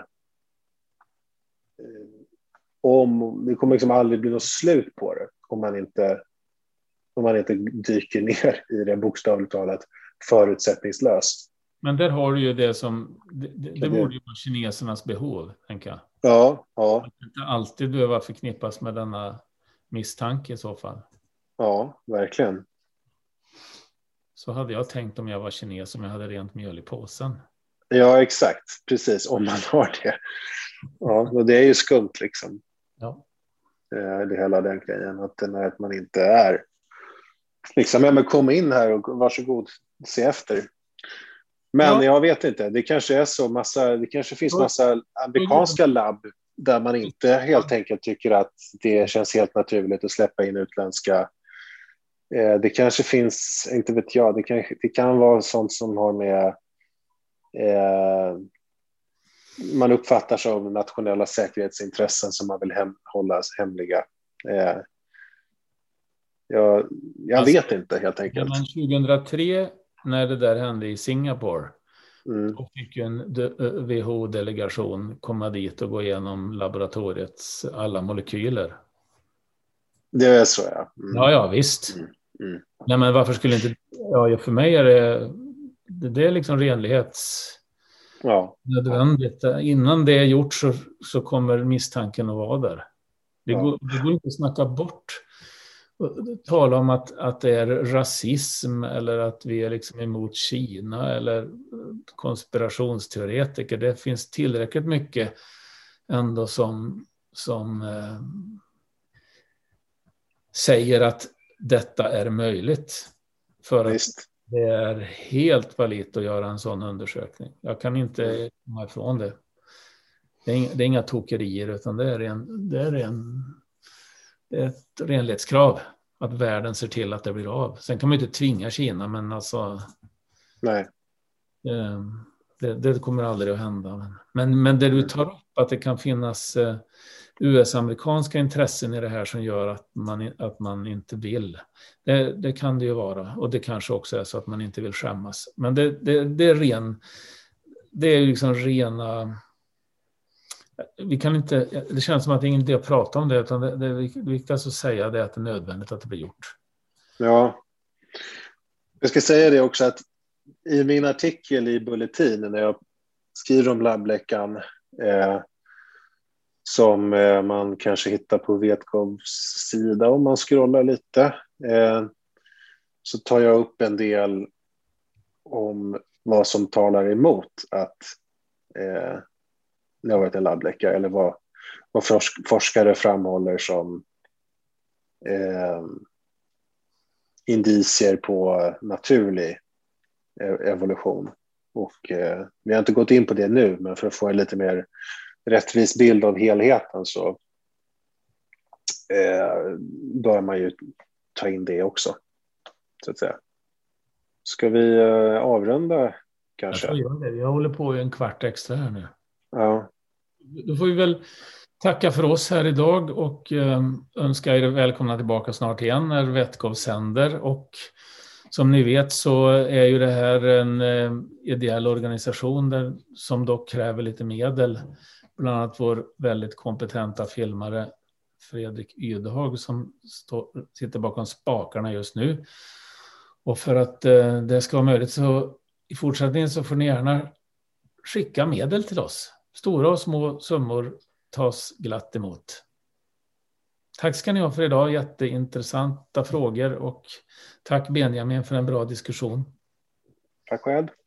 eh, om, det kommer liksom aldrig bli något slut på det om man inte om man inte dyker ner i det bokstavligt talat förutsättningslöst. Men där har du ju det som, det, det, det borde ju vara kinesernas behov, tänker jag. Ja, ja. Att inte alltid behöva förknippas med denna misstanke i så fall. Ja, verkligen. Så hade jag tänkt om jag var kines, om jag hade rent mjöl i påsen. Ja, exakt. Precis, om man har det. Ja, och det är ju skumt liksom. Ja. Det hela den grejen, att, att man inte är liksom, ja men kom in här och varsågod, se efter. Men ja. Jag vet inte, det kanske är så massa, det kanske finns massa amerikanska labb där man inte helt enkelt tycker att det känns helt naturligt att släppa in utländska. Eh, det kanske finns, inte vet jag, det kan, det kan vara sånt som har med eh, man uppfattar som nationella säkerhetsintressen som man vill hem, hålla hemliga. Eh, jag jag alltså, vet inte helt enkelt. Men tjugohundratre när det där hände i Singapore, mm. då fick ju en W H O-delegation komma dit och gå igenom laboratoriets alla molekyler. Det är så, ja. Mm. Ja, ja, visst. Mm. Mm. Nej, men varför skulle inte... Ja, för mig är det... Det, det är liksom renlighets... Ja. Nödvändigt. Innan det är gjort så, så kommer misstanken att vara där. Det, ja. går, det går inte att snacka bort. Tala om att, att det är rasism eller att vi är liksom emot Kina eller konspirationsteoretiker. Det finns tillräckligt mycket ändå som, som eh, säger att detta är möjligt. För att Visst. det är helt valid att göra en sån undersökning. Jag kan inte komma ifrån det. Det är inga, det är inga tokerier, utan det är, en, det är en, det är ett renlighetskrav att världen ser till att det blir av. Sen kan man ju inte tvinga Kina, men alltså... Nej. Det, det kommer aldrig att hända. Men, men det du tar upp, att det kan finnas eh, U S-amerikanska intressen i det här som gör att man, att man inte vill. Det, det kan det ju vara. Och det kanske också är så att man inte vill skämmas. Men det, det, det är ren... Det är liksom rena... Vi kan inte, det känns som att det är ingen idé att prata om det, utan det, det är viktigt att säga det att det är nödvändigt att det blir gjort. Ja, jag ska säga det också att i min artikel i Bulletin när jag skriver om labbläckan eh, som eh, man kanske hittar på Vetkovs sida om man scrollar lite eh, så tar jag upp en del om vad som talar emot att eh, det har varit en labbläcka, eller vad, vad forsk- forskare framhåller som eh, indicier på naturlig evolution. Och eh, vi har inte gått in på det nu, men för att få en lite mer rättvis bild av helheten så eh, bör man ju ta in det också, så att säga. Ska vi eh, avrunda kanske? Jag tror det. Jag håller på i en kvart extra här nu. Ja. Då får vi väl tacka för oss här idag och eh, önska er välkomna tillbaka snart igen när Vetkov sänder. Och som ni vet så är ju det här en eh, ideell organisation där, som dock kräver lite medel. Bland annat vår väldigt kompetenta filmare Fredrik Ydehag som stå, sitter bakom spakarna just nu. Och för att eh, det ska vara möjligt så i fortsättningen så får ni gärna skicka medel till oss. Stora och små summor tas glatt emot. Tack ska ni ha för idag. Jätteintressanta frågor och tack Benjamin för en bra diskussion. Tack själv.